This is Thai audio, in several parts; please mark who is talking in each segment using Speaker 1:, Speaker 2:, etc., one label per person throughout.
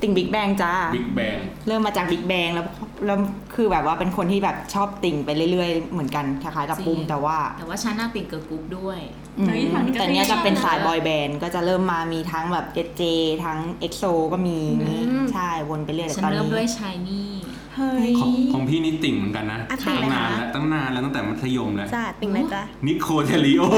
Speaker 1: ติ่งบิ๊กแบงจ้า
Speaker 2: บิ๊กแบง
Speaker 1: เริ่มมาจากบิ๊กแบงแล้วคือแบบว่าเป็นคนที่แบบชอบติ่งไปเรื่อยๆเหมือนกันคล้ายๆกับปุ้มแต่ว่า
Speaker 3: ฉันน่าติ่งเกิร์ลกรุ๊ปด้วย
Speaker 1: แต่เนี้ยจะเป็นสายบอยแบนด์ก็จะเริ่มมามีทั้งแบบเจทั้งเอ็กโซก็มีใช่วนไปเรื่อย
Speaker 3: แต่ตอนนี้ฉันเริ่มด้วยชายนี่
Speaker 2: ของพี่นี่ติ่งเหมือนกันนะตั้งนานแล้วตั้งแต่มัธยมแล้ว
Speaker 4: จ้าติ่งเลยจ้า
Speaker 2: นิโคเทลิโอ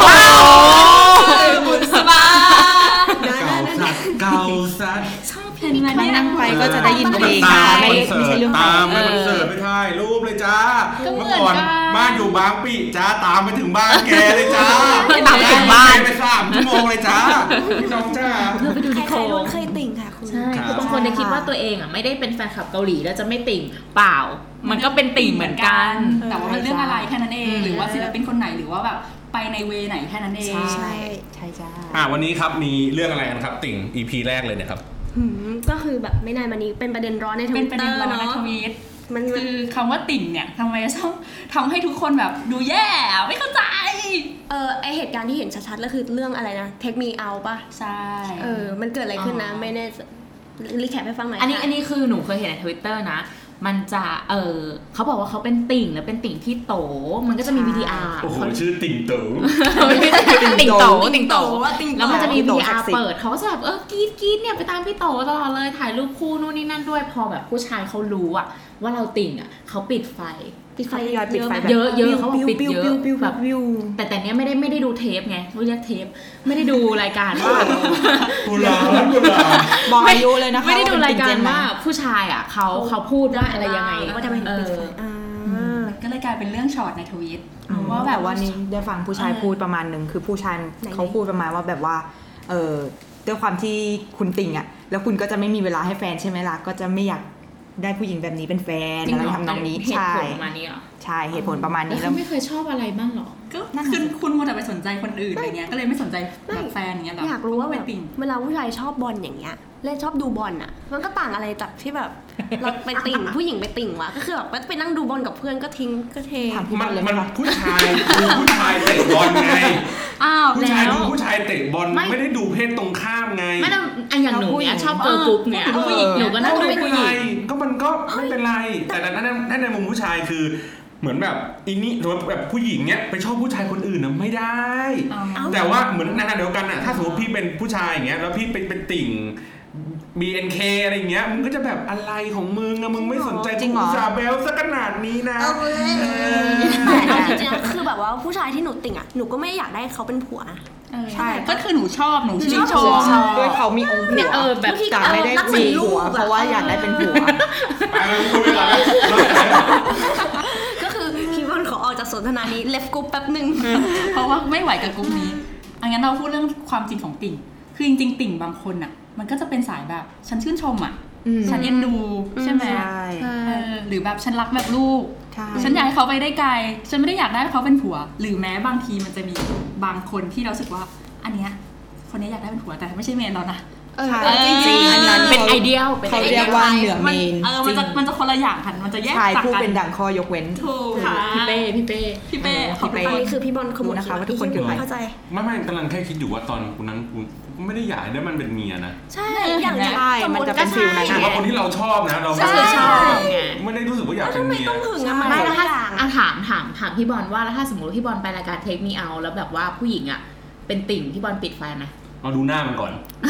Speaker 3: บุญสบาย
Speaker 2: เก่าซัด
Speaker 3: ชอบเพลงอะไร
Speaker 1: นั่งไปก็จะได้ยินเพลงไม่ใช่เรื่อง
Speaker 2: ตามไปคอนเสิร์ตไปถ่ายรูปเลยจ้าเมื่อก่อนบ้านอยู่บางปีจ้าตามไปถึงบ้านแกเลยจ้า
Speaker 1: ตามไปถึงบ้าน
Speaker 2: ไป3 ชั่วโมงเลยจ้าพี่น้องจ้า
Speaker 3: ไปดูนิโค
Speaker 4: เคยติ่งค่ะคุณ
Speaker 3: ใช่คือบางคนเนี่ยคิดว่าตัวเองอ่ะไม่ได้เป็นแฟนคลับเกาหลีแล้วจะไม่ติ่งเปล่ามันก็เป็นติ่งเหมือนกัน
Speaker 5: แต่ว่ามันเรื่องอะไรแค่นั้นเองหรือว่าศิลปินคนไหนหรือว่าแบบไปในเวไหนแค่นั้นเอง
Speaker 1: ใช่จ้า
Speaker 2: วันนี้ครับมีเรื่องอะไรกันครับติ่ง EP แรกเลยเนี่ยครับ
Speaker 4: ก็คือแบบไม่นานมานี้เป็นประเด็นร้อนใน Twitter เนาะ
Speaker 5: มันคือคำว่าติ่งเนี่ยทำไมชอบทำให้ทุกคนแบบดูแย่ไม่เข้าใจ
Speaker 4: ไอเหตุการณ์ที่เห็นชัดๆก็คือเรื่องอะไรนะ Take Me Out ป่ะ
Speaker 5: ใช่
Speaker 4: มันเกิดอะไรขึ้นนะไม่แน่รีแคปให้ฟังหน่อย
Speaker 3: อันนี้คือหนูเคยเห็นใน Twitter นะมันจะเขาบอกว่าเขาเป็นติ่งแล้วเป็นติ่งที่โตมันก็จะมี VTR
Speaker 2: โอ้โหชื่อติ่งโต
Speaker 3: ติ่งโตแล้วมันจะมี VTR เปิดเขาก็จะแบบกรี๊ดเนี่ยไปตามพี่โตตลอดเลยถ่ายรูปคู่นู่นนี่นั่นด้วยพอแบบผู้ชายเขารู้อะว่าเราติ่งอะเขาปิดไฟเยอะเขาบอกปิดเยอะแบบแต่เนี้ยไม่ได้ดูเทปไงเรียกเทปไม่ได้ดูรายการว่า
Speaker 1: บอกอายุเลยนะคะ
Speaker 3: ไม่ได้ดูรายการว่าผู้ชายอ่ะเขาพูดว่าอะไรยังไง
Speaker 4: ว่าจะไปปิดไฟ
Speaker 5: ก็เลยกลายเป็นเรื่องช็อตในทวิต
Speaker 1: ว่าแบบว่านี่ได้ฟังผู้ชายพูดประมาณนึงคือผู้ชายเขาพูดประมาณว่าแบบว่าด้วยความที่คุณติ่งอ่ะแล้วคุณก็จะไม่มีเวลาให้แฟนใช่ไหมล่ะก็จะไม่อยากได้ผู้หญิงแบบนี้เป็นแฟนอะไรทำนองนี้
Speaker 3: ใช่เหตุผลประมาณนี้เหรอ
Speaker 1: ใช่เหตุผลประมาณนี้
Speaker 3: แล้วไม่เคยชอบอะไรบ้างหรอ
Speaker 5: ก็คุณมัวแต่ไปสนใจคนอื่นอะไรเงี้ยก็เลยไม่สนใจแบบแฟนอย่างเงี้ยหรอ
Speaker 4: อยากรู้ว่าแบบเวลาผู้ชายชอบบอลอย่างเงี้ยเล่นชอบดูบอลอ่ะมันก็ต่างอะไรจากที่แบบเราไปติ่งผู้หญิงไปติ่งวะก็คือแบบไปนั่งดูบอลกับเพื่อนก็ทิ้งก็เท
Speaker 2: มันผู้ชายดูผู้ชายเตะบอลไงผู้ชายดูผู้ชายเตะบอลไม่ได้ดูเพศตรงข้ามไง
Speaker 3: ไม่ต้องอย่างหนูเนี่ยชอบเกิร์ลกรุ๊ปเนี่ยผู้หญิงหนูก็นั่งดูผู้หญิง
Speaker 2: ก็มันก็ไม่เป็นไรแต่ถ้าในมุมผู้ชายคือเหมือนแบบอีนี่แบบผู้หญิงเนี้ยไปชอบผู้ชายคนอื่นนะไม่ได้แต่ว่าเหมือนในขณะเดียวกันอ่ะถ้าสมมติพี่เป็นผู้ชายอย่างเงี้ยแล้วพี่เป็นติ่ง BNK อะไรอย่างเงี้ยมึงก็จะแบบอะไรของมึงอะมึงไม่สนใจจริงเหรอซาเบลซะขนาดนี้นะ
Speaker 4: แต่จริงๆคือแบบว่าผู้ชายที่หนูติ่งอ่ะหนูก็ไม่อยากได้เขาเป็นผัว
Speaker 5: ใช่ก็คือหนูชอบชื่นชม
Speaker 1: ด้วยเขามีองค์ผัว
Speaker 3: แบบ
Speaker 1: แต่ไม่ได้มีผัวเพราะว่าอยากได้เป็นผัว
Speaker 4: ก็คือพี่บอลขอออกจากสนทนานี้เลฟกรุ๊ปแป๊บนึง
Speaker 5: เพราะว่าไม่ไหวกับกรุ๊ปนี้งั้นเราพูดเรื่องความจริงของติ่งคือจริงๆติ่งบางคนอ่ะมันก็จะเป็นสายแบบฉันชื่นชมอ่ะฉันเอ็นดูใช่ไหมหรือแบบฉันรักแบบลูกฉันอยากให้เขาไปได้ไกลฉันไม่ได้อยากได้เขาเป็นผัวหรือแม้บางทีมันจะมีบางคนที่เราสึกว่าอันเนี้ยคนนี้อยากได้เป็นผัวแต่ไม่ใช่เมนเรานะ
Speaker 1: จริงๆอันนั้น
Speaker 3: เป็นไอเดียล
Speaker 1: เขาเรียกว่าเหนือเมน
Speaker 5: มันจะคนละอย่างกันมันจะแยก
Speaker 1: จากกันผู้เป็นดั่งข้อยกเว้น
Speaker 5: ถูก
Speaker 3: พี่เป้
Speaker 4: นี่คือพี่บอลขโมย
Speaker 1: นะคะว่าทุกคนคือ
Speaker 4: เข้าใจ
Speaker 2: ไม่กำลังแค่คิดอยู่ว่าตอนนั้นกูไม่ได้อยากได้มันเป็นเมียนะ
Speaker 4: ใช่อย่าง
Speaker 1: ใช่มันจะเป็นฟิลนั้น
Speaker 2: ว่าคนที่เราชอบนะเราไม่
Speaker 3: ชอบ
Speaker 2: ไม่ได้รู้สึกว่าอยากเป็นเมีย
Speaker 4: ต้องหึงอะ
Speaker 3: ไม่แล้วถ้าถามพี่บอลว่าแล้วถ้าสมมติพี่บอลไปรายการ Take Me Out แล้วแบบว่าผู้หญิงอะเป็นติ่งพี่บอลปิดไฟไหม
Speaker 2: เราดูหน้ามันก่อน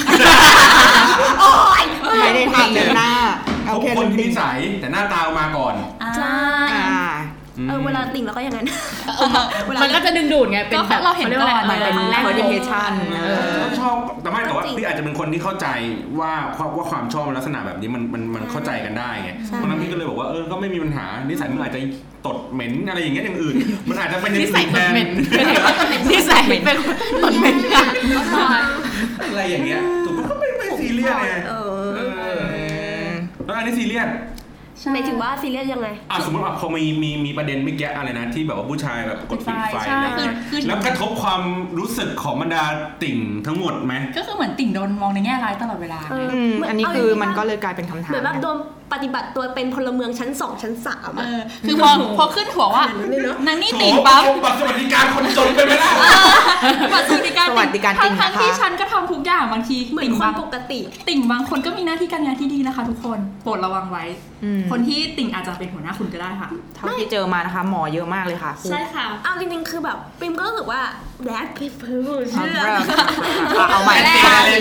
Speaker 1: ไม่ได้ทำเลยหน้า
Speaker 2: เอาแค่คนนิสัยแต่หน้าตามาก่อน
Speaker 4: ใช่เวลาติ่งแล้วก็อย่างนั้น
Speaker 3: มันก็จะดึงดูดไงเป็นแบบ
Speaker 5: เราเห็นก่อน
Speaker 1: มันเป็นแรก orientation
Speaker 2: ชอบแต่ว่าพี่อาจจะเป็นคนที่เข้าใจว่าความชอบลักษณะแบบนี้มันเข้าใจกันได้ไงเพราะนั้นพี่ก็เลยบอกว่าก็ไม่มีปัญหานิสัยมึงอาจจะตดเหม็นอะไรอย่างเงี้ยอย่างอื่นมันอาจจะเป็น
Speaker 3: นิสัยตดเหม็นนิสัยเป็นตดเหม็น
Speaker 2: อะไรอย่างเงี้ยถูกมันก็ไม่ซีเรียสไงแล้วอันนี้ซีเรียส
Speaker 4: หมายถึงว่าซีเรียสยังไง
Speaker 2: สมมติว่าพอมีประเด็นเมื่อกี้อะไรนะที่แบบว่าผู้ชายแบบกดปิดไฟแล้วกระทบความรู้สึกของบรรดาติ่งทั้งหมดไหม
Speaker 5: ก็คือเหมือนติ่งโดนมองในแง่ร้ายตลอดเวลา
Speaker 1: อันนี้คือมันก็เลยกลายเป็นคำถาม
Speaker 4: เหมือนแบบโดนปฏิบัติตัวเป็นพลเมืองชั้น2ชั้น3
Speaker 5: คือพอขึ้นหัวว่านางนี่ติ่ง
Speaker 2: ปั๊บบัตรสวัสดิการคนจนไปไม่ได้
Speaker 5: บัตรสวัสดิการติ่งทั้งที่ฉันก็ทำทุกอย่างบางที
Speaker 4: เหมือนคนปกติ
Speaker 5: ติ่งบางคนก็มีหน้าที่การงานที่ดีนะคะทุกคนโปรดระวังไว้คนที่ติ่งอาจจะเป็นหัวหน้าคุณก็ได้ค่ะ
Speaker 1: เท่าที่เจอมานะคะหมอเยอะมากเลยค่ะ
Speaker 5: ใช่ค่ะ
Speaker 4: เอาจริงๆคือแบบปิมก็รู้สึกว่า Black people เชื่อ
Speaker 1: เอาใหม่ไม่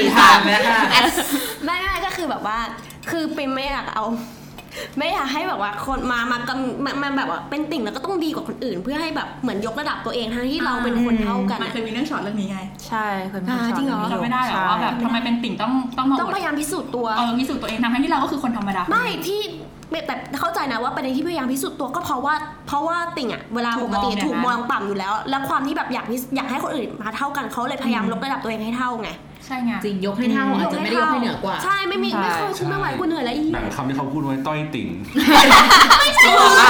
Speaker 4: ก็คือแบบว่าคือปิมไม่อยากให้แบบว่าคนมาแบบว่าเป็นติ่งแล้วก็ต้องดีกว่าคนอื่นเพื่อให้แบบเหมือนยกระดับตัวเองทั้งที่เราเป็นคนเท่ากัน
Speaker 5: มันเคยมีเรื่องช็อตเรื่องนี้ไง
Speaker 1: ใช่เคยมีช็อต
Speaker 4: จริงเหรอ
Speaker 5: เราไม่ได้หรอว่าแบบทำไมเป็นติ่งต้อง
Speaker 4: พยายามพิสูจน์ตัว
Speaker 5: พิสูจน์ตัวเองทั้งที่เราก็คือคนธรรมดา
Speaker 4: ไม่ที่แต่เข้าใจนะว่าประเด็นที่พยายามพิสูจน์ตัวก็เพราะว่าติ่งอ่ะเวลาปกติถูกมองต่ำอยู่แล้วแล้วความที่แบบอยากให้คนอื่นมาเท่ากันเขาเลยพยายามยกระดับตัวเองให้เท่าไง
Speaker 5: ใช่ไง
Speaker 3: จริงยกให้เท่าอาจจะไม่ได้ยกให้เหนือกว่า
Speaker 4: ใช่ไม่เคยคุณไม่ไหวคุณเหนื่อยแล้ว
Speaker 2: หนังคำที่เขาพูดไว้ต้อยติ่ง
Speaker 4: ไม่ใช่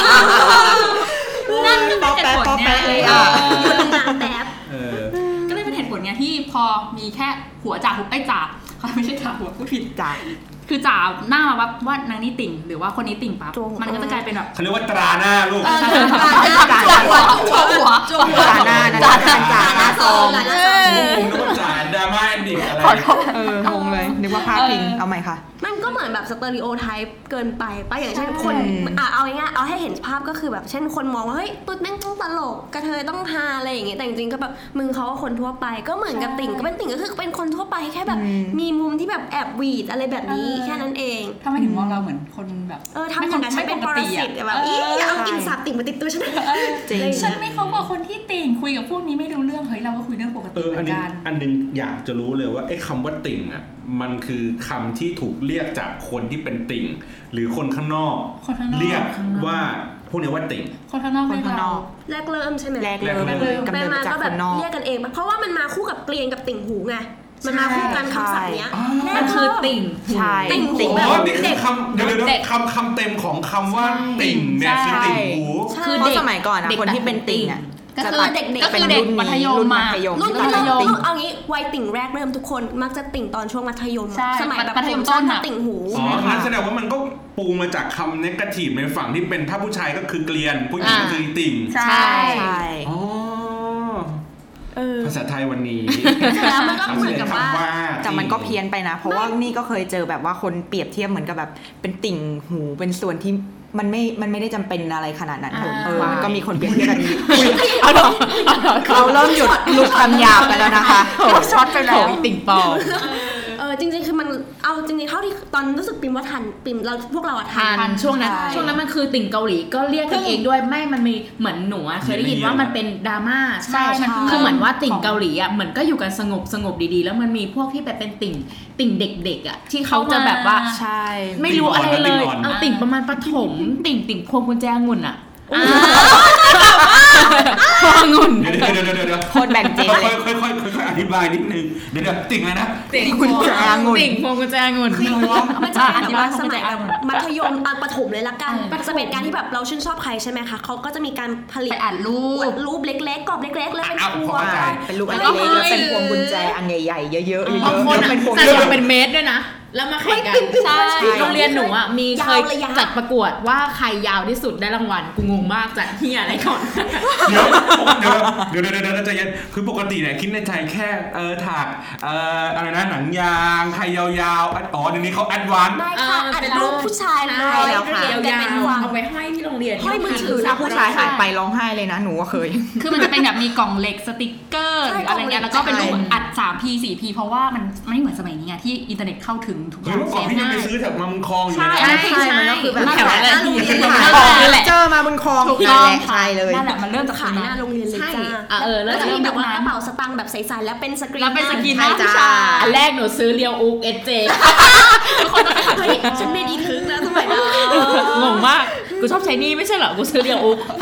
Speaker 5: นั่นก็เป็นเหตุผลเนี่ย
Speaker 4: เลยหนังแป๊บ
Speaker 5: ก็เลยเป็นเหตุผลเนี่ยที่พอมีแค่หัวจ่าหัวจ่าเขาไม่ใช่จ่าหัวผู้ผิด
Speaker 1: จ่า
Speaker 5: คือจ่าหน้ามาว่านางนี่ติ่งหรือว่าคนนี้ติ่งปั๊บมันก็จะกลายเป็นแบบ
Speaker 2: เขาเรียกว่าตราหน้าลูก
Speaker 5: จ่าหัว
Speaker 1: จ่าหน้าจ่าหน้าซอง
Speaker 2: นึกว่าจ่าดราม่าดิอะไร
Speaker 1: งงเลยนึกว่าภาพพิงเอาใหม่ค่ะ
Speaker 4: มันก็เหมือนแบบสเตอริโอไทป์เกินไปป่ะอย่างเช่นคนเอาง่ายๆเอาให้เห็นภาพก็คือแบบเช่นคนมองว่าเฮ้ยตุ๊ดแม่งต้องตลกกระเทยต้องฮาอะไรอย่างเงี้ยแต่จริงๆก็แบบมึงเขาก็คนทั่วไปก็เหมือนกับติ่งก็เป็นติ่งก็คือเป็นคนทั่วไปแค่แบบมีมุมที่แบบแอบหวีดอะไรแบบนี้แค่นั้นเอง
Speaker 5: ทำไมถึงมองเราเหมือนคนแบบ
Speaker 4: ทำอย่างนั้นฉันเป็นปรสิตแบบอย่าเอาอินสัตว์ติ่งมาติดตัวฉัน
Speaker 5: ฉันไม่เข้ากับคนที่ติ่งคุยกับพวกนี้ไม่รู้เรื่องเฮ้ยเราก็คุยเรื่องปกติเหมือนกัน
Speaker 2: อันนึงอยากจะรู้เลยว่าไอ้คำว่าติ่งอ่ะมันคือคำที่ถูกเรียกจากคนที่เป็นติ่งหรือคนข้างนอกเรียกว่าพวกนี้ว่าติ่ง
Speaker 5: คนข้างนอก
Speaker 4: แรกเริ่มใช่ไหม
Speaker 1: แรกเริ่มกำเนิดมาจากคนนอก
Speaker 4: เรียกกันเองเพราะว่ามันมาคู่กับเกลียนกับติ่งหูไงมันมาคู่กันคำศัพท์เนี้ย
Speaker 3: มันคือติ่ง
Speaker 1: ใช่
Speaker 4: ติ่งแบบ
Speaker 2: เด็กคำเดี๋ยวคำเต็มของคำว่าติ่งเนี่ยคือติ่งหู
Speaker 1: คือเด็กสมัยก่อนนะคนที่เป็นติ่งอ่ะ
Speaker 5: ก็คือเด็กเป็นเด็กมัธยมมา
Speaker 4: รุ่นมัธยมเอางี้วัยติ่งแรกเริ่มทุกคนมักจะติ่งตอนช่วงมัธยมสมัยแบบ
Speaker 5: มัธยมต้น
Speaker 4: ติ่งหู
Speaker 2: งั้นแสดงว่ามันก็ปูมาจากคำเนกาทีฟในฝั่งที่เป็นถ้าผู้ชายก็คือเกลียนผู้หญิงก็คือติ่ง
Speaker 5: ใช่
Speaker 2: ภาษาไทยวันนี้
Speaker 4: แล้วมันก็เหมือนกับว่า
Speaker 1: แต่มันก็เพี้ยนไปนะเพราะว่านี่ก็เคยเจอแบบว่าคนเปรียบเทียบเหมือนกับแบบเป็นติ่งหูเป็นส่วนที่มันไม่ได้จำเป็นอะไรขนาดนั้นมันก็มีคนเปรียบเทียบกันนี้เราเริ่มหยุดลุกคำหยาบกันแล้วนะคะช็อตไปแล้วติ่งปอ
Speaker 4: จริงๆคือมันเอาจริงๆเท่าที่ตอนรู้สึกปิมว่าทันปิมเราพวกเรา
Speaker 3: ทันช่วงนั้นมันคือติ่งเกาหลีก็เรียกกันเองด้วยไม่มันมีเหมือนหนูเคยได้ยินว่ามันเป็นดราม่าใช่คือเหมือนว่าติ่งเกาหลีอ่ะเหมือนก็อยู่กันสงบดีๆแล้วมันมีพวกที่แบบเป็นติ่งเด็กๆอ่ะที่เขาจะแบบว่า
Speaker 1: ใช่
Speaker 3: ไม่รู้อะไรเลยเอาติ่งประมาณประถมติ่งพวงกุญแจองุ่นอ่ะพวงองุ่น
Speaker 2: เดี๋ยว
Speaker 1: โคตรแบ่งเจนเลย
Speaker 2: ค่อยอธิบายนิดนึงเดี๋ยวติ่งอะไรนะ
Speaker 3: ติ่งกุญแจองุ่นติ่งพวงกุญแจองุ่น
Speaker 4: มันจะอธิบายสมัยแบบมัธยมประถมเลยละกันสมัยการที่แบบเราชื่นชอบใครใช่ไหมคะเขาก็จะมีการผลิต
Speaker 5: อ่าน
Speaker 4: รูปเล็กๆกรอบเล็กๆแล้วเป็นพวง
Speaker 1: เป็นรูปอันเล็กแล้วเป็นพวงกุญแจอันใหญ่ๆเยอะๆ
Speaker 3: เป็นพวงเป็นเมตรด้วยนะแล้วมาแข่งกันใช่โรงเรียนหนูอ่ะมีเคยจัดประกวดว่าใครยาวที่สุดได้รางวัลกูงงมากจัดที่อะไรก่อน
Speaker 2: เดี๋ยวใจเย็นคือปกติเนี่ยคิดในใจแค่ถากอะไรนะหนังยางใครยาวๆอ๋อเดี๋ยวนี้เขาแอดวานซ์
Speaker 4: ได้ค่ะอัดรูปผู้ชายเลย
Speaker 3: แล้วค่ะยาวๆเอาไว้ให้ที่โรงเรียน
Speaker 4: ห้อยมือถือ
Speaker 1: ผู้ชายหายไปร้องไห้เลยนะหนูว่าเคย
Speaker 5: คือมันจะเป็นแบบมีกล่องเหล็กสติ๊กเกอร์หรืออะไรเงี้ยแล้วก็เป็นรูปอัด 3P 4P เพราะว่ามันไม่เหมือนสมัยนี้ไงที่อินเทอร์เน็ตเข้าถึงทุกอย่าง
Speaker 2: ก่อนที่จะไปซื้อแถวมาบุญคลองอยู่นะ
Speaker 1: ใช่มันก็คือแบบ
Speaker 3: แถวนั้น
Speaker 1: เจอมาบุญคลองใช่เลย
Speaker 5: นั่นแหละมันเริ่มจาก
Speaker 4: ขายหน้าโรงเรียนเลยจ้า
Speaker 3: แล้ว
Speaker 4: จะมีแบบว่ากระเป๋าสตางค์แบบใสๆแล้วเป็นสกรีน
Speaker 3: ให้จ้าอันแรกหนูซื้อเรียวอุก SJ
Speaker 4: ทุกคนต้องไปเฮ้ยฉันไม่ดีทึกนะสมัยนั้น
Speaker 3: งงมากกูชอบใช้นี่ไม่ใช่เหรอกูซื้อเรียวอุก
Speaker 4: ไม่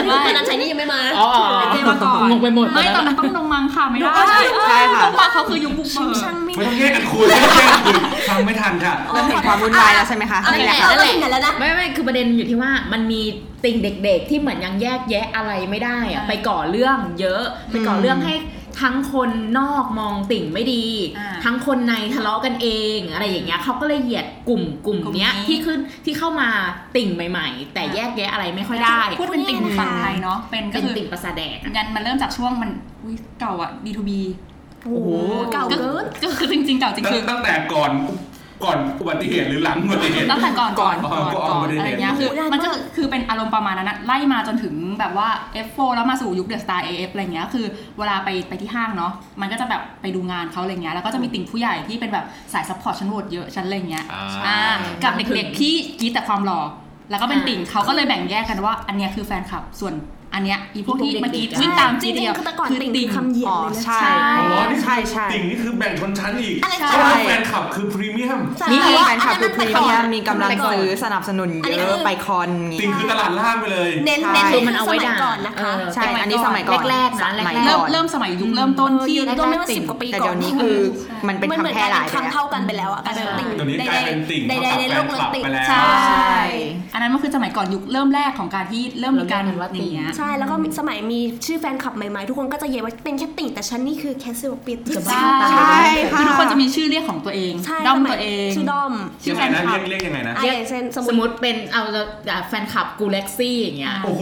Speaker 4: ตอนนั้นชายนี่ยังไม่มา
Speaker 3: อ๋อ
Speaker 5: เจมาก่อน
Speaker 3: งงไปหมด
Speaker 5: ไม่ตอนนั้นต้องนงมังค่ะไม่ได้
Speaker 1: ใช่ค่ะ
Speaker 5: นงมังเขาคือยุคบุกเบิก
Speaker 4: ช่างไม่
Speaker 2: ไม่ต้องแยกกันคุยไม่ต้องแยกกันคุยฟังไม่ทันค่ะ
Speaker 1: เริ่มเห็นความวุ่นวายแล้วใช่ไหมคะ
Speaker 3: นั่นแหละ
Speaker 4: เราก็ถึงไหนแล้วนะ
Speaker 3: ไม่คือประเด็นอยู่ที่ว่ามันมีติ่งเด็กๆที่เหมือนยังแยกแยะอะไรไม่ได้อะไปก่อเรื่องเยอะไปก่อเรื่องให้ทั้งคนนอกมองติ่งไม่ดี ทั้งคนในทะเลาะกันเองอะไรอย่างเงี้ยเขาก็เลยเหยียดกลุ่มเนี้ยที่เข้ามาติ่งใหม่ๆแต่แยกแยะอะไรไม่ค่อยได้
Speaker 5: พูดเป็นติ่งฝั่งไทยเนาะเป็นก็
Speaker 3: เป็น
Speaker 5: คือ
Speaker 3: ติ่งประสาแดก
Speaker 5: งั้นมันเริ่มจากช่วงมันเก่าอ่ะ D2B
Speaker 4: โอ้โหเก่าเกิน
Speaker 5: ก็คือจริงๆเก่าจริงคือ
Speaker 2: ตั้งแต่ก่อนอุบัติเหตุหรือหลังอุบัติเหตุ
Speaker 5: ตั้งแต่ก่อนอะไรเงี้ยคือ
Speaker 4: โอ้ย
Speaker 5: มันก็คือเป็นอารมณ์ประมาณนั้นนะไล่มาจนถึงแบบว่า F4 แล้วมาสู่ยุค The Star AF อะไรเงี้ยคือเวลาไปที่ห้างเนาะมันก็จะแบบไปดูงานเขาอะไรเงี้ยแล้วก็จะมีติ่งผู้ใหญ่ที่เป็นแบบสายซัพพอร์ตชั้นโหวตเยอะชั้นอะไรเงี้ยกับเด็กๆที่กรี๊ดแต่ความหล่อแล้วก็เป็นติ่งเขาก็เลยแบ่งแยกกันว่าอันเนี้ยคือแฟนคลับส่วนอันเนี้ยอีพวกที่เมื่อกี้วิ่งตาม
Speaker 4: จริ
Speaker 5: จี
Speaker 4: ง
Speaker 5: เดียว
Speaker 4: ๆคือแต่ก่อนติ่งคำเหยียดเลยนะ
Speaker 1: ใช่
Speaker 2: ใช่ติ่งนี่คือแบ่งชนชั้นอีก
Speaker 4: อะไร
Speaker 2: เพราะว่าแฟนคลับคือพรีเมียม
Speaker 1: นี่คือแฟนคลับคือพรีเมียมมีกำลังซื้อสนับสนุนเยอะไปคอน
Speaker 2: ติ่งคือตลาดล่างไปเลย
Speaker 4: เน้น
Speaker 3: คือมันเอาไว้
Speaker 4: สมัย
Speaker 3: ด่า
Speaker 4: ก่อนนะคะ
Speaker 1: ใช่อันนี้สมัยก่อน
Speaker 3: แรกๆนะแรกๆ
Speaker 5: เริ่มสมัยยุคเริ่มต้นที่
Speaker 4: ก็ไม่ว่า10 กว่าปี
Speaker 1: แต่
Speaker 4: ก่อน
Speaker 1: เดี๋ยวนี้คือมันเป็น
Speaker 4: มันเหมื
Speaker 1: คำ
Speaker 4: อน
Speaker 1: แพร่
Speaker 4: ก
Speaker 1: ห
Speaker 4: ลา
Speaker 1: ลาย ย
Speaker 4: เป็น
Speaker 1: ไป
Speaker 4: คำ
Speaker 1: แล้ว
Speaker 4: เท่ากันไปแล้วอ่ะกลายเป็นติ่ง
Speaker 2: เดี๋ยวนี้กลายเป็นติ่ง
Speaker 4: ใดๆในโลกเลยติ่ง
Speaker 2: ใช่
Speaker 4: ใช่
Speaker 5: อันนั้นมันคือสมัยก่อนยุคเริ่มแรกของการที่เริ่มมีการอย่างเงี้ย
Speaker 4: ใช่แล้วก็สมัยมีชื่อแฟนคลับใหม่ๆทุกคนก็จะเย็นว่าเป็นแค่ติ่งแต่ฉันนี่คือแคสซิลปิด
Speaker 5: ใช่
Speaker 1: ใช่ค่ะ
Speaker 5: คือทุกคนจะมีชื่อเรียกของตัวเอง
Speaker 4: ใช่
Speaker 5: ด้อมตัวเอง
Speaker 4: ชื่อด้อม
Speaker 5: ชื่อ
Speaker 2: ยัง
Speaker 5: แฟ
Speaker 2: ไง
Speaker 5: น
Speaker 2: นะ
Speaker 5: คลับ
Speaker 2: เรียกยังไงนะ
Speaker 4: อย่างเช่นสม
Speaker 3: สม
Speaker 4: ม
Speaker 3: ม
Speaker 4: ติ
Speaker 3: ติเป็นเอาแฟนคลับกูเล็กซี่อย่างเงี้ย
Speaker 2: โอ้โห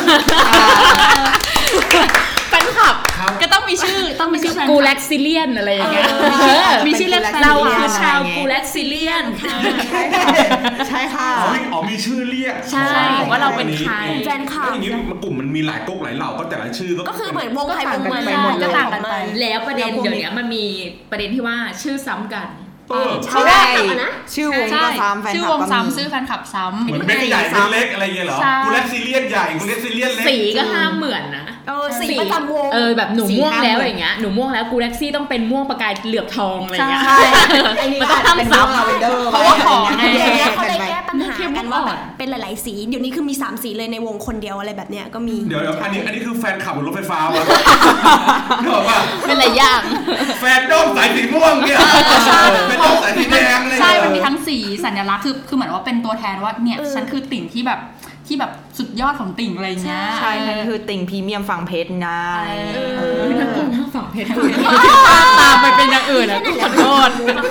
Speaker 3: แฟนคลับ
Speaker 2: ครับ
Speaker 5: ก็ต้องมีชื่อแฟนค
Speaker 3: กู
Speaker 5: ลั
Speaker 3: เล็
Speaker 5: บ
Speaker 3: กซิเลียนอะไรอย่างเงี้ย
Speaker 5: มีชื่อเรียก
Speaker 3: เราคือชาวกูเล็กซิเลียน
Speaker 1: ใช่ค่ะ
Speaker 2: อ๋อมีชื่อเรียก
Speaker 3: ใช่ว่าเราเป็นใคร
Speaker 4: แฟนคลับ
Speaker 2: แล้วอย่างนี้กลุ่มมันมีหลายก๊กหลายเหล่าก็แต่ละชื่อ
Speaker 4: ก็คือเหมือนวงใครวงมัน
Speaker 1: ไปหมดเลย
Speaker 4: ก็ต่างกันไป
Speaker 3: แล้วประเด็นเดี๋ยวนี้มันมีประเด็นที่ว่าชื่อซ้ำกัน
Speaker 1: ใช่ชื่อวงก็ซ้ำแฟน
Speaker 5: ชื่อ
Speaker 1: คลับ
Speaker 5: วง
Speaker 1: ก็มี
Speaker 5: ซ้ำชื่อแฟนคลับซ้ำ
Speaker 2: เหมือนเม็ดใหญ่เป็นเล็กอะไรเงี้ยเหรอ
Speaker 5: ใช่
Speaker 2: กูเล็กซีเรียสใหญ่กูเล็กซีเรียสเล็ก
Speaker 3: สีก็ห้ามเหมือนนะ
Speaker 4: สีประจำวง
Speaker 3: แบบหนูม่วง
Speaker 1: สีห้าม
Speaker 3: แล้วอย่างเงี้ยหนูม่วงแล้วกูเล็กซี่ต้องเป็นม่วงประกายเหลือบทองอะไรอย่างเงี้ย
Speaker 1: ใช่มันต้องทำซ้ำ
Speaker 5: เพราะว่าของไง
Speaker 4: เดี๋ยวนี้เขาเลยแก้ปัญหา
Speaker 3: เข้ม
Speaker 4: กันว่า
Speaker 3: อ่
Speaker 4: แบ
Speaker 3: อน
Speaker 4: บเป็นหลายๆสีเดี๋ยวนี้คือมี3สีเลยในวงคนเดียวอะไรแบบเนี้ยก็มี
Speaker 2: เดี๋ยวอันนี้คือแฟนขับบนรถไฟฟ้าวะเนอะป่ะ
Speaker 3: เป็นหลายอย่าง
Speaker 2: แฟนด้อมสายสีม่วงเนี่ยแฟนด้อมสายสีแดงเลย
Speaker 5: ใช่มันมีทั้งสีสัญลักษณ์คือเหมือนว่าเป็นตัวแทนว่าเนี่ยฉันคือติ่งที่แบบสุดยอดของติ่งอะไรเงี้ย
Speaker 1: ใช่นั่นคือติ่งพรีเมียมฝั่งเพชรนะ
Speaker 3: ฝั่งเพชรตามไปเป็นอย่างอื่นนะขอโทษ